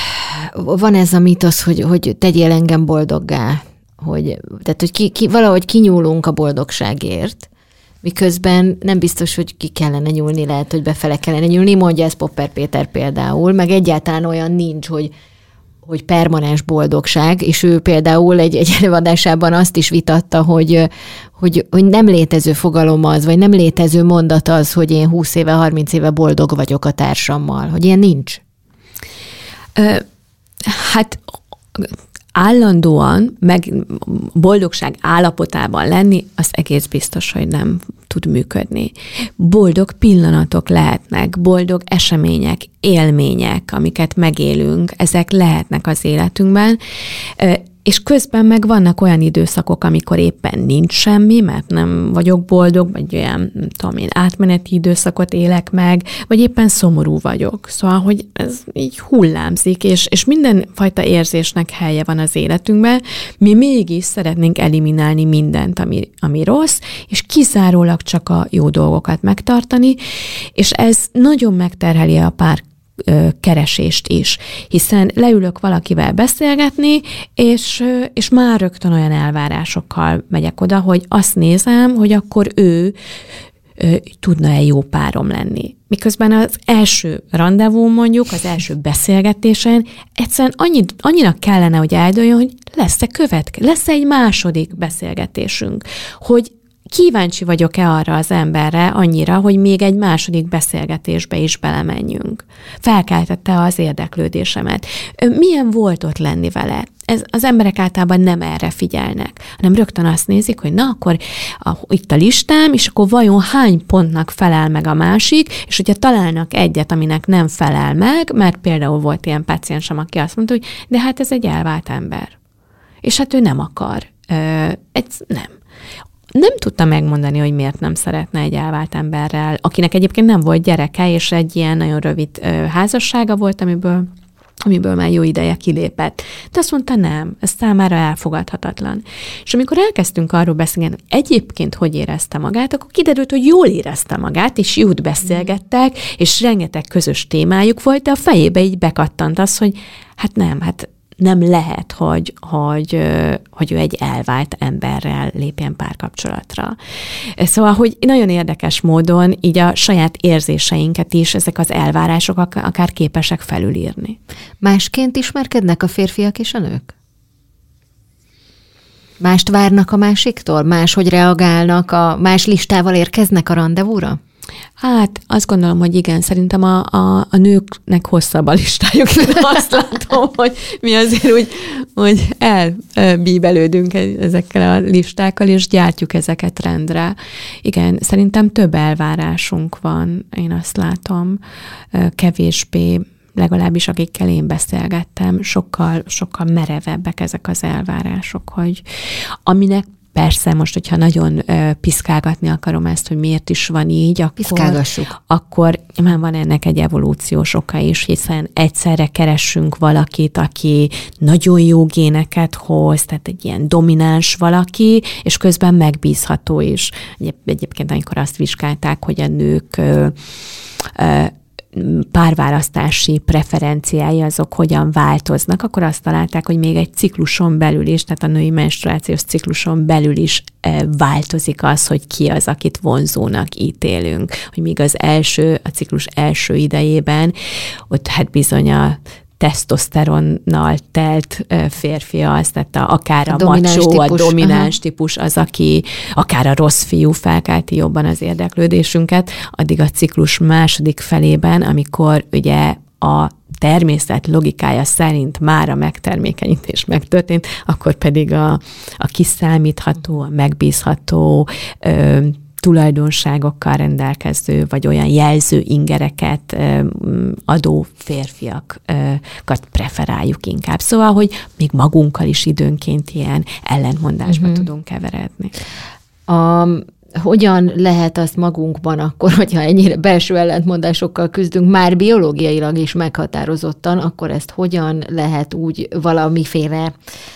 van ez a mítosz, hogy, hogy tegyél engem boldoggá, hogy, tehát, hogy ki, ki, valahogy kinyúlunk a boldogságért, miközben nem biztos, hogy ki kellene nyúlni, lehet, hogy befele kellene nyúlni, mondja ez Popper Péter például, meg egyáltalán olyan nincs, hogy, hogy permanens boldogság, és ő például egy, egy előadásában azt is vitatta, hogy, hogy, hogy nem létező fogalom az, vagy nem létező mondat az, hogy én húsz éve, harminc éve boldog vagyok a társammal, hogy ilyen nincs. Hát állandóan, meg boldogság állapotában lenni, az egész biztos, hogy nem tud működni. Boldog pillanatok lehetnek, boldog események, élmények, amiket megélünk, ezek lehetnek az életünkben, és közben meg vannak olyan időszakok, amikor éppen nincs semmi, mert nem vagyok boldog, vagy olyan, nem tudom én, átmeneti időszakot élek meg, vagy éppen szomorú vagyok. Szóval, hogy ez így hullámzik, és, és mindenfajta érzésnek helye van az életünkben. Mi mégis szeretnénk eliminálni mindent, ami, ami rossz, és kizárólag csak a jó dolgokat megtartani, és ez nagyon megterheli a pár keresést is, hiszen leülök valakivel beszélgetni, és, és már rögtön olyan elvárásokkal megyek oda, hogy azt nézem, hogy akkor ő tudna-e jó párom lenni. Miközben az első randevú mondjuk, az első beszélgetésen egyszerűen annyi, annyira kellene, hogy eldőljön, hogy lesz-e követke, lesz-e egy második beszélgetésünk, hogy kíváncsi vagyok-e arra az emberre annyira, hogy még egy második beszélgetésbe is belemenjünk. Felkeltette az érdeklődésemet. Milyen volt ott lenni vele? Ez, az emberek általában nem erre figyelnek, hanem rögtön azt nézik, hogy na, akkor a, itt a listám, és akkor vajon hány pontnak felel meg a másik, és hogyha találnak egyet, aminek nem felel meg, mert például volt ilyen páciensem, aki azt mondta, hogy de hát ez egy elvált ember. És hát ő nem akar. Ö, egy, nem. Nem tudta megmondani, hogy miért nem szeretne egy elvált emberrel, akinek egyébként nem volt gyereke, és egy ilyen nagyon rövid ö, házassága volt, amiből, amiből már jó ideje kilépett. De azt mondta, nem, ez számára elfogadhatatlan. És amikor elkezdtünk arról beszélni, hogy egyébként hogy érezte magát, akkor kiderült, hogy jól érezte magát, és jót beszélgettek, és rengeteg közös témájuk volt, de a fejébe így bekattant az, hogy hát nem, hát nem lehet, hogy, hogy, hogy ő egy elvált emberrel lépjen párkapcsolatra. Szóval, hogy nagyon érdekes módon így a saját érzéseinket is ezek az elvárások akár képesek felülírni. Másként ismerkednek a férfiak és a nők? Mást várnak a másiktól? Máshogy reagálnak, a más listával érkeznek a randevúra? Hát azt gondolom, hogy igen, szerintem a, a, a nőknek hosszabb a listájuk, de azt látom, hogy mi azért úgy, hogy elbíbelődünk ezekkel a listákkal, és gyártjuk ezeket rendre. Igen, szerintem több elvárásunk van, én azt látom, kevésbé, legalábbis akikkel én beszélgettem, sokkal, sokkal merevebbek ezek az elvárások, hogy aminek persze most, hogyha nagyon uh, piszkálgatni akarom ezt, hogy miért is van így, akkor, akkor már van ennek egy evolúciós oka is, hiszen egyszerre keressünk valakit, aki nagyon jó géneket hoz, tehát egy ilyen domináns valaki, és közben megbízható is. Egy, egyébként, amikor azt vizsgálták, hogy a nők uh, uh, párválasztási preferenciái azok hogyan változnak, akkor azt találták, hogy még egy cikluson belül is, tehát a női menstruációs cikluson belül is változik az, hogy ki az, akit vonzónak ítélünk. Hogy míg az első, a ciklus első idejében, ott hát bizony a tesztoszteronnal telt férfi az, tehát a, akár a, a macsó, a domináns aha. típus az, aki akár a rossz fiú felkelti jobban az érdeklődésünket, addig a ciklus második felében, amikor ugye a természet logikája szerint már a megtermékenyítés megtörtént, akkor pedig a, a kiszámítható, a megbízható, ö, tulajdonságokkal rendelkező, vagy olyan jelző ingereket adó férfiakat preferáljuk inkább. Szóval, hogy még magunkkal is időnként ilyen ellentmondásba uh-huh. tudunk keveredni. A, hogyan lehet azt magunkban akkor, hogyha ennyire belső ellentmondásokkal küzdünk, már biológiailag is meghatározottan, akkor ezt hogyan lehet úgy valamiféle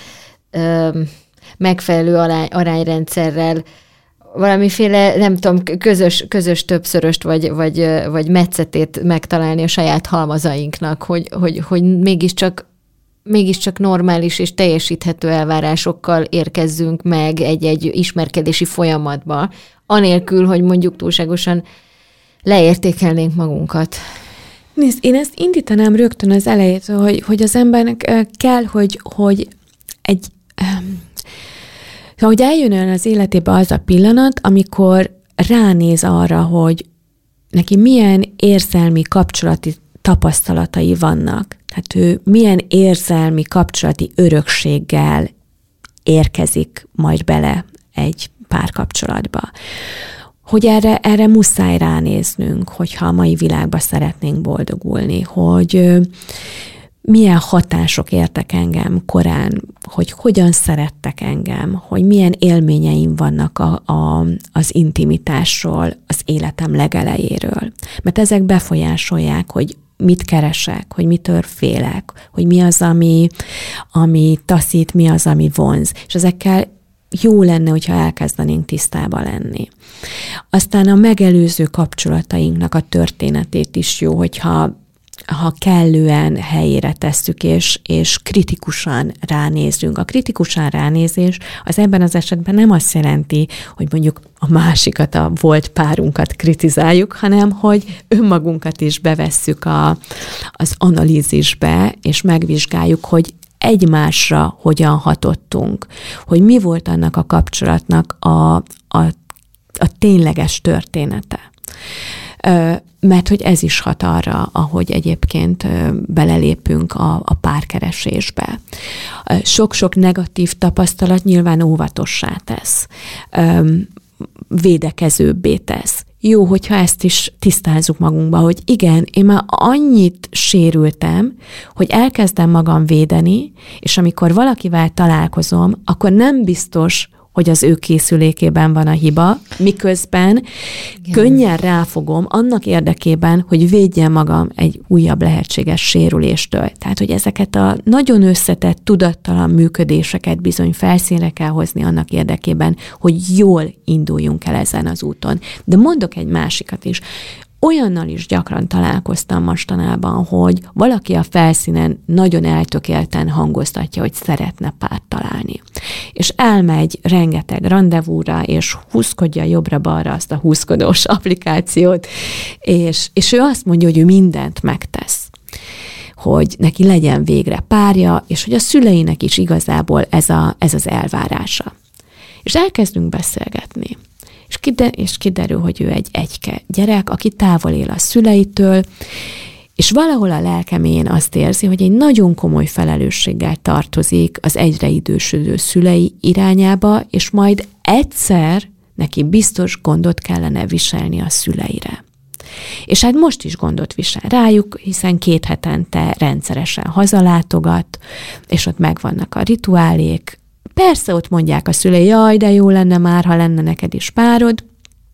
ö, megfelelő arány, arányrendszerrel valamiféle, nem tudom, közös, közös többszöröst, vagy, vagy, vagy metszetét megtalálni a saját halmazainknak, hogy, hogy, hogy mégiscsak, mégiscsak normális és teljesíthető elvárásokkal érkezzünk meg egy-egy ismerkedési folyamatba, anélkül, hogy mondjuk túlságosan leértékelnénk magunkat. Nézd, én ezt indítanám rögtön az elejétől, hogy, hogy az embernek kell, hogy, hogy egy... Um, hogy eljön el az életébe az a pillanat, amikor ránéz arra, hogy neki milyen érzelmi kapcsolati tapasztalatai vannak. Tehát ő milyen érzelmi kapcsolati örökséggel érkezik majd bele egy párkapcsolatba. Hogy erre, erre muszáj ránéznünk, hogyha a mai világban szeretnénk boldogulni, hogy milyen hatások értek engem korán, hogy hogyan szerettek engem, hogy milyen élményeim vannak a, a, az intimitásról, az életem legelejéről. Mert ezek befolyásolják, hogy mit keresek, hogy mitől félek, hogy mi az, ami, ami taszít, mi az, ami vonz. És ezekkel jó lenne, hogyha elkezdenénk tisztába lenni. Aztán a megelőző kapcsolatainknak a történetét is jó, hogyha ha kellően helyére tesszük, és, és kritikusan ránézünk. A kritikusan ránézés az ebben az esetben nem azt jelenti, hogy mondjuk a másikat, a volt párunkat kritizáljuk, hanem hogy önmagunkat is bevesszük a, az analízisbe, és megvizsgáljuk, hogy egymásra hogyan hatottunk, hogy mi volt annak a kapcsolatnak a, a, a tényleges története. Mert hogy ez is hat arra, ahogy egyébként belelépünk a, a párkeresésbe. Sok-sok negatív tapasztalat nyilván óvatossá tesz, védekezőbbé tesz. Jó, hogyha ezt is tisztázzuk magunkba, hogy igen, én már annyit sérültem, hogy elkezdem magam védeni, és amikor valakivel találkozom, akkor nem biztos, hogy az ő készülékében van a hiba, miközben igen. könnyen ráfogom annak érdekében, hogy védjem magam egy újabb lehetséges sérüléstől. Tehát, hogy ezeket a nagyon összetett, tudattalan működéseket bizony felszínre kell hozni annak érdekében, hogy jól induljunk el ezen az úton. De mondok egy másikat is. Olyannal is gyakran találkoztam mostanában, hogy valaki a felszínen nagyon eltökélten hangoztatja, hogy szeretne párt találni. És elmegy rengeteg randevúra, és húszkodja jobbra-balra azt a húszkodós applikációt, és, és ő azt mondja, hogy ő mindent megtesz, hogy neki legyen végre párja, és hogy a szüleinek is igazából ez, a, ez az elvárása. És elkezdünk beszélgetni. És, kider- és kiderül, hogy ő egy egyke gyerek, aki távol él a szüleitől, és valahol a lelkemén azt érzi, hogy egy nagyon komoly felelősséggel tartozik az egyre idősödő szülei irányába, és majd egyszer neki biztos gondot kellene viselni a szüleire. És hát most is gondot visel rájuk, hiszen két hetente rendszeresen hazalátogat, és ott megvannak a rituálék. Persze ott mondják a szülei, jaj, de jó lenne már, ha lenne neked is párod,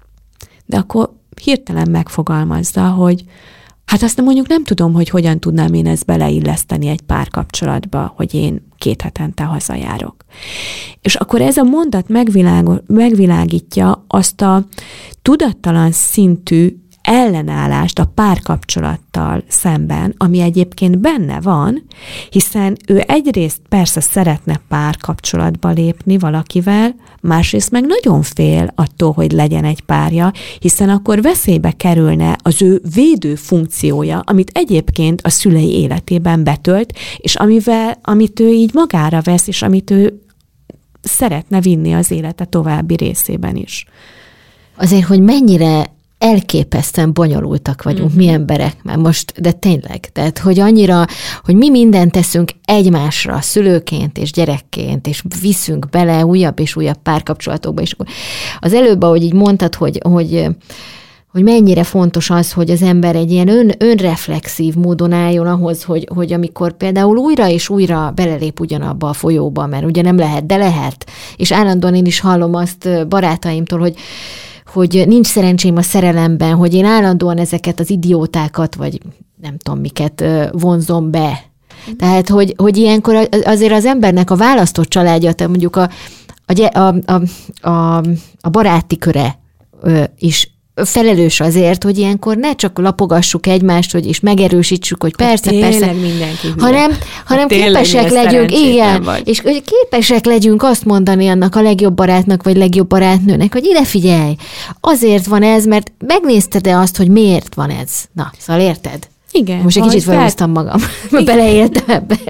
de akkor hirtelen megfogalmazza, hogy hát azt mondjuk nem tudom, hogy hogyan tudnám én ezt beleilleszteni egy párkapcsolatba, hogy én két hetente hazajárok. És akkor ez a mondat megvilágítja azt a tudattalan szintű ellenállást a párkapcsolattal szemben, ami egyébként benne van, hiszen ő egyrészt persze szeretne párkapcsolatba lépni valakivel, másrészt meg nagyon fél attól, hogy legyen egy párja, hiszen akkor veszélybe kerülne az ő védő funkciója, amit egyébként a szülei életében betölt, és amivel, amit ő így magára vesz, és amit ő szeretne vinni az élete további részében is. Azért, hogy mennyire elképesztően bonyolultak vagyunk, mm-hmm. mi emberek már most, de tényleg, tehát, hogy annyira, hogy mi mindent teszünk egymásra, szülőként és gyerekként, és viszünk bele újabb és újabb párkapcsolatokba, és az előbb, ahogy így mondtad, hogy, hogy, hogy mennyire fontos az, hogy az ember egy ilyen ön, önreflexív módon álljon ahhoz, hogy, hogy amikor például újra és újra belelép ugyanabba a folyóba, mert ugye nem lehet, de lehet, és állandóan én is hallom azt barátaimtól, hogy hogy nincs szerencsém a szerelemben, hogy én állandóan ezeket az idiótákat, vagy nem tudom miket vonzom be. Tehát, hogy, hogy ilyenkor azért az embernek a választott családja, tehát mondjuk a, a, a, a, a baráti köre is felelős azért, hogy ilyenkor ne csak lapogassuk egymást, hogy és megerősítsük, hogy persze, tényleg persze, mindenki hanem, hanem képesek legyünk, igen, vagy. És hogy képesek legyünk azt mondani annak a legjobb barátnak, vagy legjobb barátnőnek, hogy ide figyelj, azért van ez, mert megnézted-e azt, hogy miért van ez? Na, szóval érted? Igen. Most egy kicsit felhúztam magam, beleéltem ebben.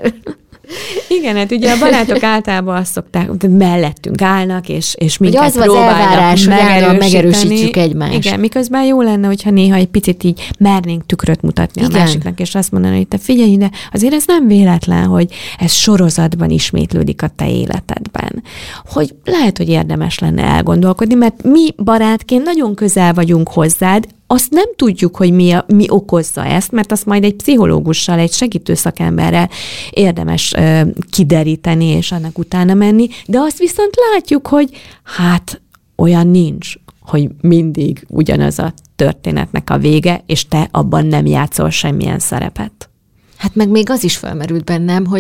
Igen, hát ugye a barátok általában azt szokták, hogy mellettünk állnak, és, és minket az próbálnak megerősíteni. megerősítjük egymást. Igen, miközben jó lenne, hogyha néha egy picit így mernénk tükröt mutatni Igen. a másiknak, és azt mondani, hogy te figyelj ide, azért ez nem véletlen, hogy ez sorozatban ismétlődik a te életedben. Hogy lehet, hogy érdemes lenne elgondolkodni, mert mi barátként nagyon közel vagyunk hozzád, azt nem tudjuk, hogy mi, a, mi okozza ezt, mert azt majd egy pszichológussal, egy segítő szakemberrel érdemes ö, kideríteni, és annak utána menni, de azt viszont látjuk, hogy hát olyan nincs, hogy mindig ugyanaz a történetnek a vége, és te abban nem játszol semmilyen szerepet. Hát meg még az is felmerült bennem, hogy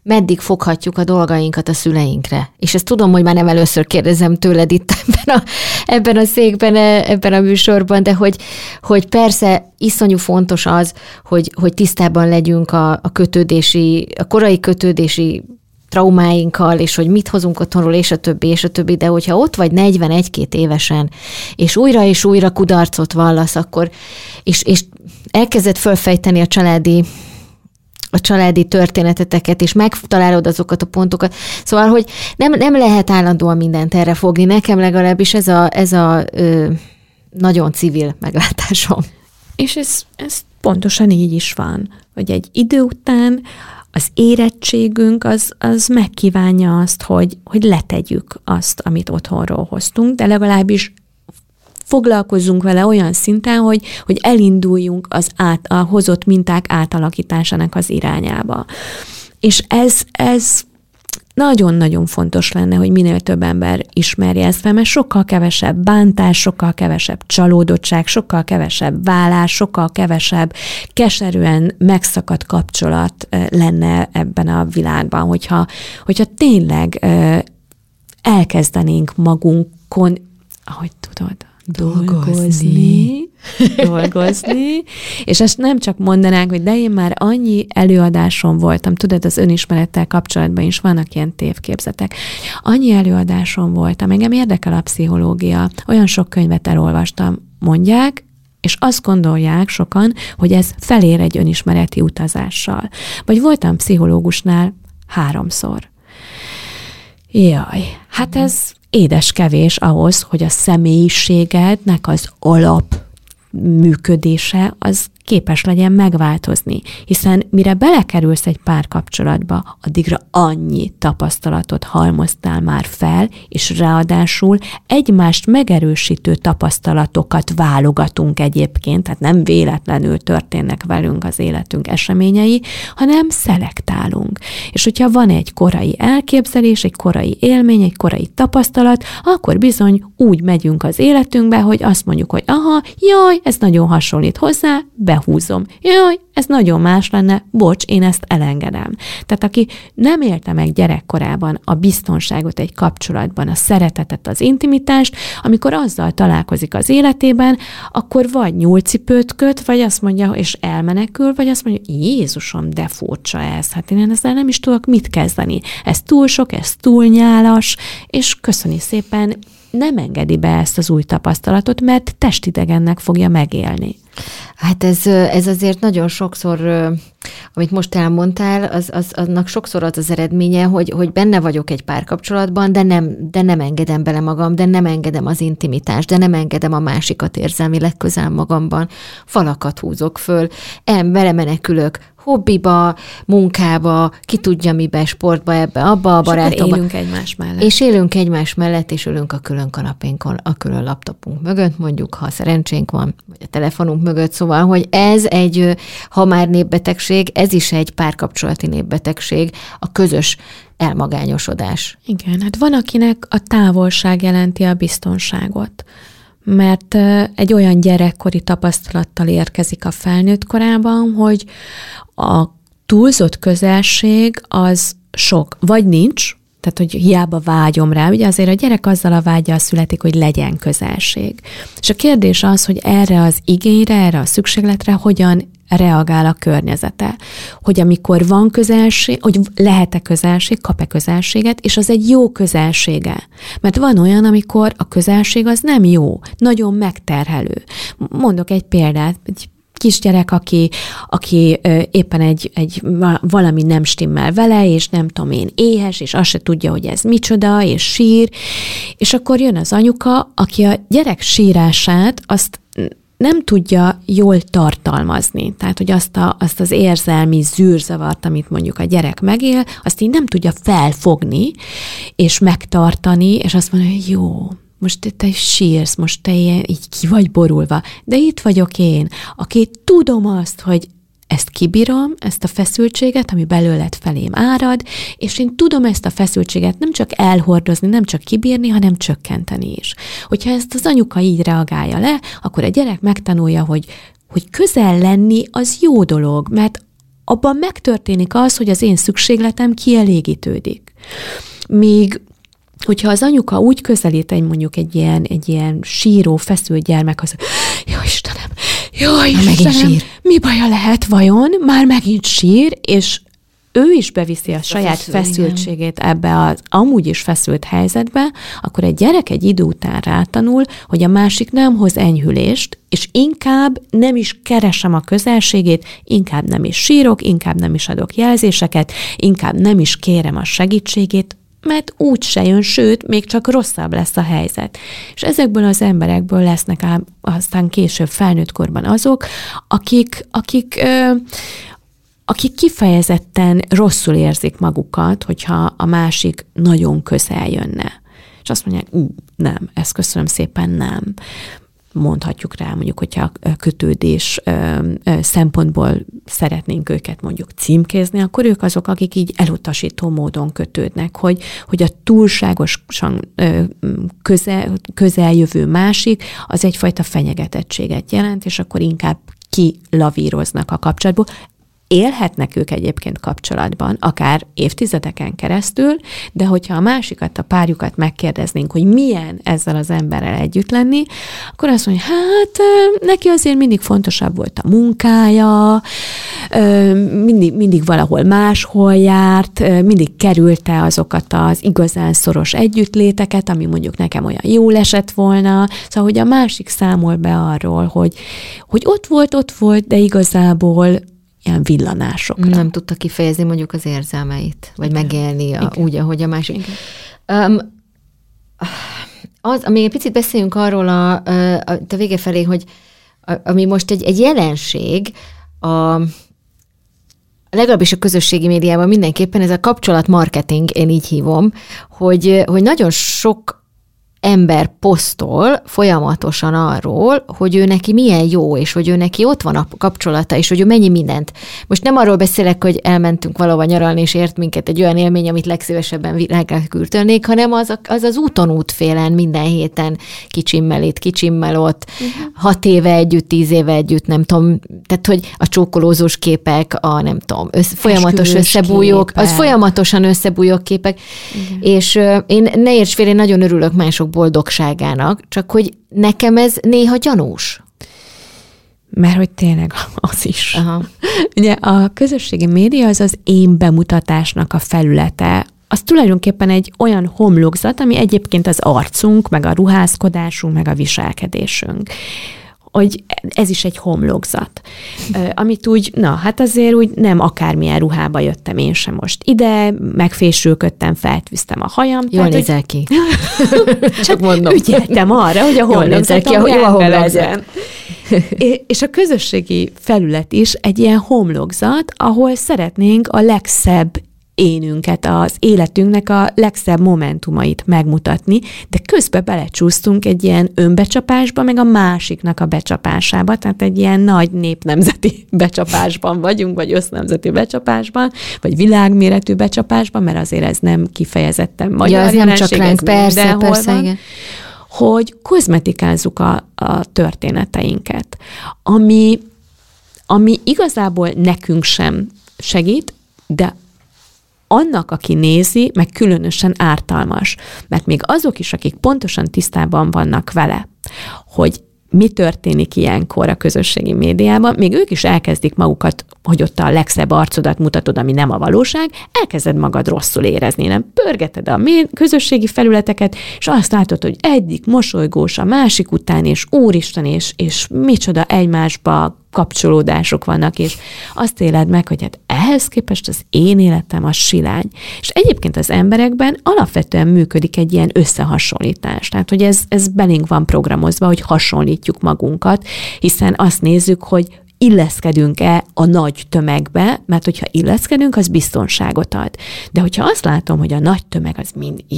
meddig foghatjuk a dolgainkat a szüleinkre. És ezt tudom, hogy már nem először kérdezem tőled itt ebben a, ebben a székben, ebben a műsorban, de hogy, hogy persze iszonyú fontos az, hogy, hogy tisztában legyünk a, a kötődési, a korai kötődési traumáinkkal, és hogy mit hozunk otthonról, és a többi, és a többi, de hogyha ott vagy negyven-egy-két évesen, és újra és újra kudarcot vallasz, akkor, és, és elkezded fölfejteni a családi a családi történeteteket, és megtalálod azokat a pontokat. Szóval, hogy nem, nem lehet állandóan mindent erre fogni. Nekem legalábbis ez a, ez a ö, nagyon civil meglátásom. És ez, ez pontosan így is van, hogy egy idő után az érettségünk az, az megkívánja azt, hogy, hogy letegyük azt, amit otthonról hoztunk, de legalábbis foglalkozzunk vele olyan szinten, hogy, hogy elinduljunk az át, a hozott minták átalakításának az irányába. És ez, ez nagyon-nagyon fontos lenne, hogy minél több ember ismerje ezt fel, mert sokkal kevesebb bántás, sokkal kevesebb csalódottság, sokkal kevesebb válás, sokkal kevesebb keserűen megszakadt kapcsolat lenne ebben a világban, hogyha, hogyha tényleg elkezdenénk magunkon, ahogy tudod, dolgozni, dolgozni, és ezt nem csak mondanánk, hogy de én már annyi előadáson voltam, tudod, az önismerettel kapcsolatban is vannak ilyen tévképzetek. Annyi előadáson voltam, engem érdekel a pszichológia, olyan sok könyvet elolvastam, mondják, és azt gondolják sokan, hogy ez felér egy önismereti utazással. Vagy voltam pszichológusnál háromszor. Jaj, hát ez édes kevés ahhoz, hogy a személyiségednek az alap működése az képes legyen megváltozni. Hiszen mire belekerülsz egy párkapcsolatba, addigra annyi tapasztalatot halmoztál már fel, és ráadásul egymást megerősítő tapasztalatokat válogatunk egyébként, tehát nem véletlenül történnek velünk az életünk eseményei, hanem szelektálunk. És hogyha van egy korai elképzelés, egy korai élmény, egy korai tapasztalat, akkor bizony úgy megyünk az életünkbe, hogy azt mondjuk, hogy aha, jaj, ez nagyon hasonlít hozzá, behúzom. Jaj, ez nagyon más lenne, bocs, én ezt elengedem. Tehát aki nem élte meg gyerekkorában a biztonságot egy kapcsolatban, a szeretetet, az intimitást, amikor azzal találkozik az életében, akkor vagy nyúlcipőt köt, vagy azt mondja, és elmenekül, vagy azt mondja, Jézusom, de furcsa ez, hát én ezzel nem is tudok mit kezdeni. Ez túl sok, ez túl nyálas, és köszöni szépen, nem engedi be ezt az új tapasztalatot, mert testidegennek fogja megélni. Hát ez, ez azért nagyon sokszor, amit most elmondtál, az, az, annak sokszor az az eredménye, hogy, hogy benne vagyok egy párkapcsolatban, de nem, de nem engedem bele magam, de nem engedem az intimitást, de nem engedem a másikat érzelmileg közel magamban. Falakat húzok föl, em, belemenekülök hobbiba, munkába, ki tudja mibe, sportba, ebbe, abba a barátokba. élünk egymás mellett. És élünk egymás mellett, és ülünk a külön kanapénkon, a külön laptopunk mögött, mondjuk, ha szerencsénk van, vagy a telefonunk mögött. Szóval, hogy ez egy, ha már népbetegség, ez is egy párkapcsolati népbetegség, a közös elmagányosodás. Igen, hát van, akinek a távolság jelenti a biztonságot, mert egy olyan gyerekkori tapasztalattal érkezik a felnőtt korában, hogy a túlzott közelség az sok, vagy nincs, tehát, hogy hiába vágyom rá. Ugye azért a gyerek azzal a vággyal születik, hogy legyen közelség. És a kérdés az, hogy erre az igényre, erre a szükségletre hogyan reagál a környezete. Hogy amikor van közelség, hogy lehet-e közelség, kap-e közelséget, és az egy jó közelsége. Mert van olyan, amikor a közelség az nem jó, nagyon megterhelő. Mondok egy példát, egy kisgyerek, aki, aki éppen egy, egy valami nem stimmel vele, és nem tudom én, éhes, és azt se tudja, hogy ez micsoda, és sír, és akkor jön az anyuka, aki a gyerek sírását azt nem tudja jól tartalmazni. Tehát, hogy azt, a, azt az érzelmi zűrzavart, amit mondjuk a gyerek megél, azt így nem tudja felfogni, és megtartani, és azt mondja, hogy jó, most te sírsz, most te így ki vagy borulva, de itt vagyok én, aki tudom azt, hogy ezt kibírom, ezt a feszültséget, ami belőled felém árad, és én tudom ezt a feszültséget nem csak elhordozni, nem csak kibírni, hanem csökkenteni is. Hogyha ezt az anyuka így reagálja le, akkor a gyerek megtanulja, hogy, hogy közel lenni az jó dolog, mert abban megtörténik az, hogy az én szükségletem kielégítődik. Míg hogyha az anyuka úgy közelít egy mondjuk egy ilyen, egy ilyen síró, feszült gyermek, az, jó Istenem, jó Istenem, mi baja lehet vajon? Már megint sír, és ő is beviszi a, a saját feszül, feszültségét igen. ebbe az amúgy is feszült helyzetbe, akkor egy gyerek egy idő után rátanul, hogy a másik nem hoz enyhülést, és inkább nem is keresem a közelségét, inkább nem is sírok, inkább nem is adok jelzéseket, inkább nem is kérem a segítségét, mert úgy se jön, sőt, még csak rosszabb lesz a helyzet. És ezekből az emberekből lesznek ám aztán később felnőtt korban azok, akik, akik, ö, akik kifejezetten rosszul érzik magukat, hogyha a másik nagyon közel jönne. És azt mondják, nem, ezt köszönöm szépen, nem. Mondhatjuk rá, mondjuk, hogyha a kötődés ö, ö, szempontból szeretnénk őket mondjuk címkézni, akkor ők azok, akik így elutasító módon kötődnek, hogy, hogy a túlságosan ö, közel, közeljövő másik, az egyfajta fenyegetettséget jelent, és akkor inkább kilavíroznak a kapcsolatból. Élhetnek ők egyébként kapcsolatban, akár évtizedeken keresztül, de hogyha a másikat, a párjukat megkérdeznénk, hogy milyen ezzel az emberrel együtt lenni, akkor azt mondja, hát neki azért mindig fontosabb volt a munkája, mindig, mindig valahol máshol járt, mindig kerülte azokat az igazán szoros együttléteket, ami mondjuk nekem olyan jól esett volna. Szóval, hogy a másik számol be arról, hogy, hogy ott volt, ott volt, de igazából ilyen villanásokra. Nem tudta kifejezni mondjuk az érzelmeit, vagy igen. megélni a, úgy, ahogy a másik. Um, az, még egy picit beszéljünk arról a, a, a vége felé, hogy a, ami most egy, egy jelenség, a, legalábbis a közösségi médiában mindenképpen ez a kapcsolatmarketing, én így hívom, hogy, hogy nagyon sok ember posztol folyamatosan arról, hogy ő neki milyen jó, és hogy ő neki ott van a kapcsolata, és hogy ő mennyi mindent. Most nem arról beszélek, hogy elmentünk valahova nyaralni, és ért minket egy olyan élmény, amit legszívesebben világra küldtölnék, hanem az, az az úton útfélen minden héten kicsimmel itt, kicsimmel ott, uh-huh. hat éve együtt, tíz éve együtt, nem tudom, tehát hogy a csókolózós képek, a nem tudom, össze, folyamatos összebújók, képek. Az folyamatosan összebújók képek, uh-huh. és uh, én ne érts fél, én nagyon örülök mások boldogságának, csak hogy nekem ez néha gyanús. Mert hogy tényleg az is. Aha. Ugye a közösségi média az az én bemutatásnak a felülete. Az tulajdonképpen egy olyan homlokzat, ami egyébként az arcunk, meg a ruházkodásunk, meg a viselkedésünk. Hogy ez is egy homlokzat. Amit úgy, na, hát azért úgy nem akármilyen ruhába jöttem én sem most ide, megfésülködtem, feltűztem a hajam. Jól nézel ki. Csak mondom. Ügyeltem arra, hogy a homlokzatom rendben legyen. És a közösségi felület is egy ilyen homlokzat, ahol szeretnénk a legszebb énünket, az életünknek a legszebb momentumait megmutatni, de közben belecsúsztunk egy ilyen önbecsapásba, meg a másiknak a becsapásába, tehát egy ilyen nagy népnemzeti becsapásban vagyunk, vagy össznemzeti becsapásban, vagy világméretű becsapásban, mert azért ez nem kifejezetten magyar ja, ez jelenség, nem csak ránk, persze, persze, igen. Hogy kozmetikázzuk a, a történeteinket, ami, ami igazából nekünk sem segít, de annak, aki nézi, meg különösen ártalmas. Mert még azok is, akik pontosan tisztában vannak vele, hogy mi történik ilyenkor a közösségi médiában, még ők is elkezdik magukat, hogy ott a legszebb arcodat mutatod, ami nem a valóság, elkezded magad rosszul érezni, nem? Pörgeted a közösségi felületeket, és azt látod, hogy egyik mosolygós a másik után, és úristen, és, és micsoda egymásba kapcsolódások vannak, és azt éled meg, hogy hát ehhez képest az én életem a silány. És egyébként az emberekben alapvetően működik egy ilyen összehasonlítás. Tehát, hogy ez, ez belénk van programozva, hogy hasonlítjuk magunkat, hiszen azt nézzük, hogy illeszkedünk-e a nagy tömegbe, mert hogyha illeszkedünk, az biztonságot ad. De hogyha azt látom, hogy a nagy tömeg az mind ilyen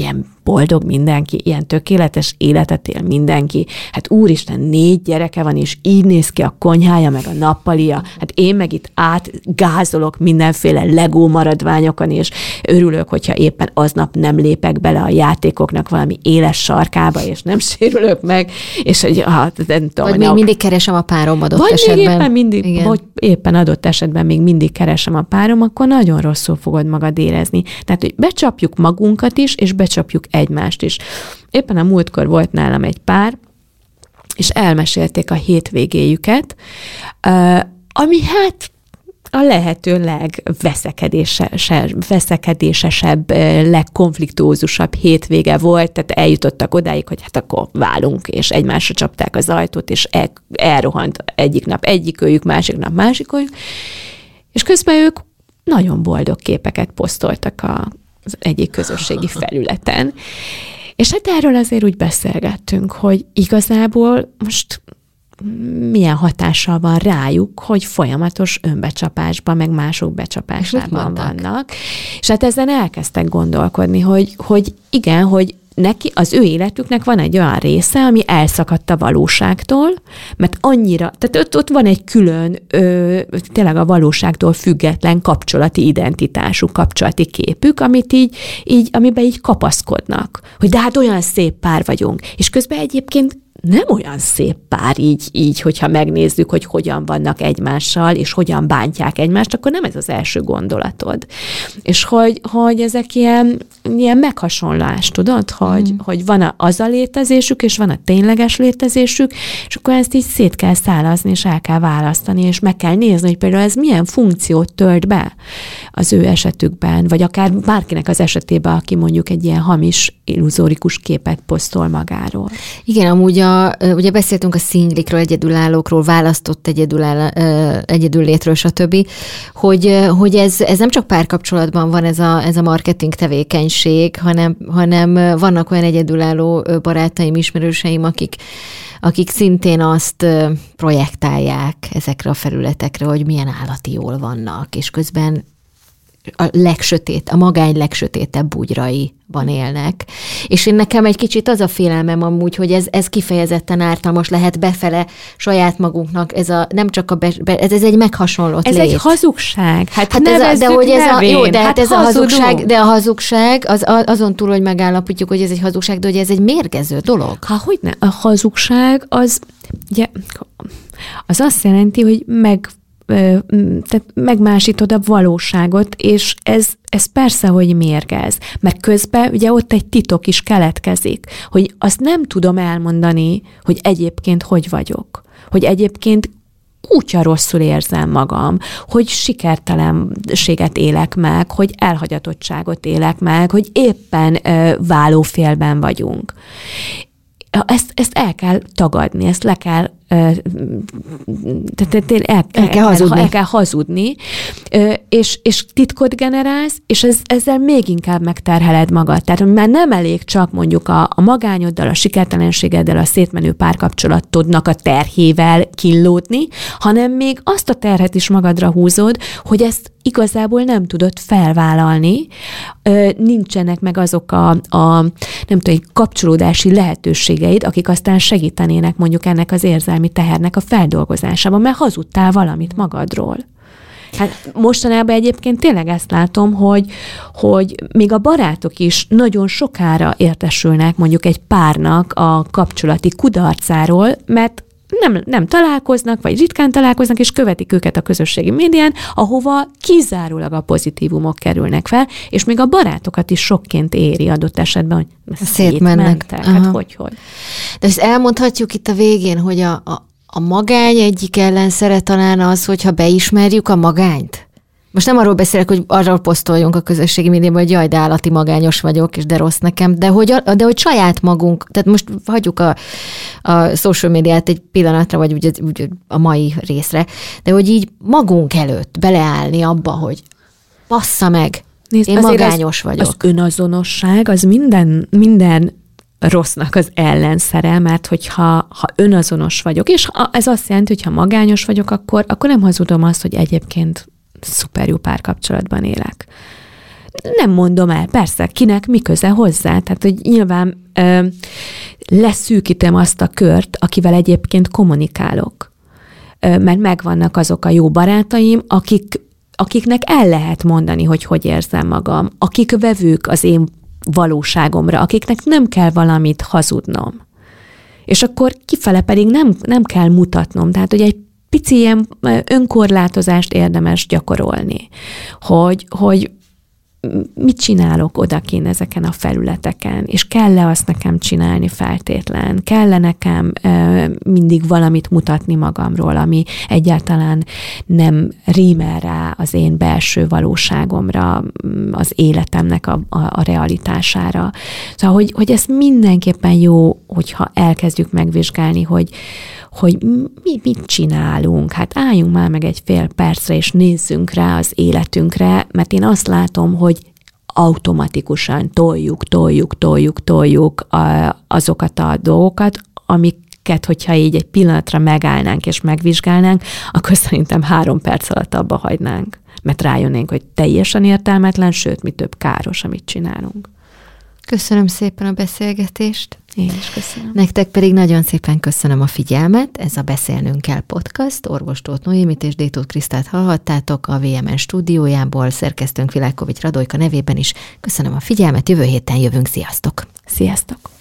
boldog mindenki, ilyen tökéletes életet él mindenki. Hát úristen, négy gyereke van, és így néz ki a konyhája, meg a nappalia. Hát én meg itt átgázolok mindenféle Lego maradványokon, és örülök, hogyha éppen aznap nem lépek bele a játékoknak valami éles sarkába, és nem sérülök meg, és hogy hát, nem tudom. Vagy még a... mindig keresem a párom adott vagy esetben. Még éppen mindig, vagy éppen adott esetben még mindig keresem a párom, akkor nagyon rosszul fogod magad érezni. Tehát, hogy becsapjuk magunkat is, és becsapjuk egymást is. Éppen a múltkor volt nálam egy pár, és elmesélték a hétvégéjüket, ami hát a lehető legveszekedésesebb, legkonfliktózusabb hétvége volt, tehát eljutottak odáig, hogy hát akkor válunk, és egymásra csapták az ajtót, és el, elrohant egyik nap egyikőjük, másik nap másikőjük, és közben ők nagyon boldog képeket posztoltak a, az egyik közösségi felületen. És hát erről azért úgy beszélgettünk, hogy igazából most milyen hatással van rájuk, hogy folyamatos önbecsapásban, meg mások becsapásában vannak. És hát ezen elkezdtek gondolkodni, hogy, hogy igen, hogy neki, az ő életüknek van egy olyan része, ami elszakadt a valóságtól, mert annyira, tehát ott, ott van egy külön, ö, tényleg a valóságtól független kapcsolati identitásuk, kapcsolati képük, amit így, így, amiben így kapaszkodnak, hogy de hát olyan szép pár vagyunk, és közben egyébként nem olyan szép pár így, így, hogyha megnézzük, hogy hogyan vannak egymással, és hogyan bántják egymást, akkor nem ez az első gondolatod. És hogy, hogy ezek ilyen, ilyen meghasonlás, tudod, hogy, mm. hogy van a, az a létezésük, és van a tényleges létezésük, és akkor ezt így szét kell szálazni, és el kell választani, és meg kell nézni, hogy például ez milyen funkciót tölt be az ő esetükben, vagy akár bárkinek az esetében, aki mondjuk egy ilyen hamis, illuzórikus képet posztol magáról. Igen, amúgy a, ugye beszéltünk a szinglikről, egyedülállókról, választott egyedüláll, egyedüllétről, stb., hogy, hogy ez, ez nem csak párkapcsolatban van ez a, ez a marketing tevékenység, hanem, hanem vannak olyan egyedülálló barátaim, ismerőseim, akik, akik szintén azt projektálják ezekre a felületekre, hogy milyen állati jól vannak, és közben a legsötét, a magány legsötétebb bugyraiban élnek. És én nekem egy kicsit az a félelmem amúgy, hogy ez, ez kifejezetten ártalmas lehet befele saját magunknak, ez a, nem csak a, be, be, ez, ez egy meghasonlott ez lét. Ez egy hazugság. Hát, hát ez a, de hogy ez a, jó, de hát, hát ez hazudunk. a hazugság, de a hazugság, az, azon túl, hogy megállapítjuk, hogy ez egy hazugság, de hogy ez egy mérgező dolog. Ha, hogy ne, a hazugság az, ugye, az azt jelenti, hogy meg tehát megmásítod a valóságot, és ez, ez persze, hogy mérgez, mert közben ugye ott egy titok is keletkezik, hogy azt nem tudom elmondani, hogy egyébként hogy vagyok, hogy egyébként úgyja rosszul érzem magam, hogy sikertelenséget élek meg, hogy elhagyatottságot élek meg, hogy éppen ö, válófélben vagyunk. Ezt, ezt el kell tagadni, ezt le kell tehát el, el, el, kell hazudni. el kell hazudni, és, és titkot generálsz, és ez, ezzel még inkább megterheled magad. Tehát már nem elég csak mondjuk a, a magányoddal, a sikertelenségeddel, a szétmenő párkapcsolatodnak a terhével kínlódni, hanem még azt a terhet is magadra húzod, hogy ezt igazából nem tudod felvállalni, nincsenek meg azok a, a nem tudom, kapcsolódási lehetőségeid, akik aztán segítenének mondjuk ennek az érzelmi tehernek a feldolgozásában, mert hazudtál valamit magadról. Hát mostanában egyébként tényleg ezt látom, hogy, hogy még a barátok is nagyon sokára értesülnek mondjuk egy párnak a kapcsolati kudarcáról, mert Nem, nem találkoznak, vagy ritkán találkoznak, és követik őket a közösségi médián, ahova kizárólag a pozitívumok kerülnek fel, és még a barátokat is sokként éri adott esetben, hogy szétmennek. Hát hogy-hogy. De ezt elmondhatjuk itt a végén, hogy a, a, a magány egyik ellenszere talán az, hogyha beismerjük a magányt. Most nem arról beszélek, hogy arról posztoljunk a közösségi médiában, hogy jaj, de állati magányos vagyok, és de rossz nekem, de hogy, de hogy saját magunk, tehát most hagyjuk a, a social médiát egy pillanatra, vagy úgy, úgy a mai részre, de hogy így magunk előtt beleállni abba, hogy passza meg, Nézd, én magányos az, vagyok. Az önazonosság, az minden, minden rossznak az ellenszere, mert hogyha ha önazonos vagyok, és ez azt jelenti, hogy ha magányos vagyok, akkor, akkor nem hazudom azt, hogy egyébként szuper jó párkapcsolatban élek. nem mondom el, persze, kinek mi köze hozzá. Tehát, hogy nyilván ö, leszűkítem azt a kört, akivel egyébként kommunikálok. Ö, mert megvannak azok a jó barátaim, akik, akiknek el lehet mondani, hogy hogy érzem magam, akik vevők az én valóságomra, akiknek nem kell valamit hazudnom. És akkor kifele pedig nem, nem kell mutatnom. Tehát, hogy egy pici ilyen önkorlátozást érdemes gyakorolni, hogy, hogy mit csinálok odakint ezeken a felületeken, és kell-e azt nekem csinálni feltétlen, kell-e nekem e, mindig valamit mutatni magamról, ami egyáltalán nem rímel rá az én belső valóságomra, az életemnek a, a, a realitására. Szóval, hogy, hogy ez mindenképpen jó, hogyha elkezdjük megvizsgálni, hogy hogy mi mit csinálunk. Hát álljunk már meg egy fél percre, és nézzünk rá az életünkre, mert én azt látom, hogy automatikusan toljuk, toljuk, toljuk, toljuk a, azokat a dolgokat, amiket, hogyha így egy pillanatra megállnánk és megvizsgálnánk, akkor szerintem három perc alatt abba hagynánk, mert rájönnénk, hogy teljesen értelmetlen, sőt, mi több káros, amit csinálunk. Köszönöm szépen a beszélgetést. Én is köszönöm. Nektek pedig nagyon szépen köszönöm a figyelmet. Ez a Beszélnünk kell podcast. Orvos Tóth Noémit és D. Tóth Krisztát hallhattátok a vé em en stúdiójából, szerkesztőnk Világkovics Radojka nevében is. Köszönöm a figyelmet, jövő héten jövünk. Sziasztok! Sziasztok!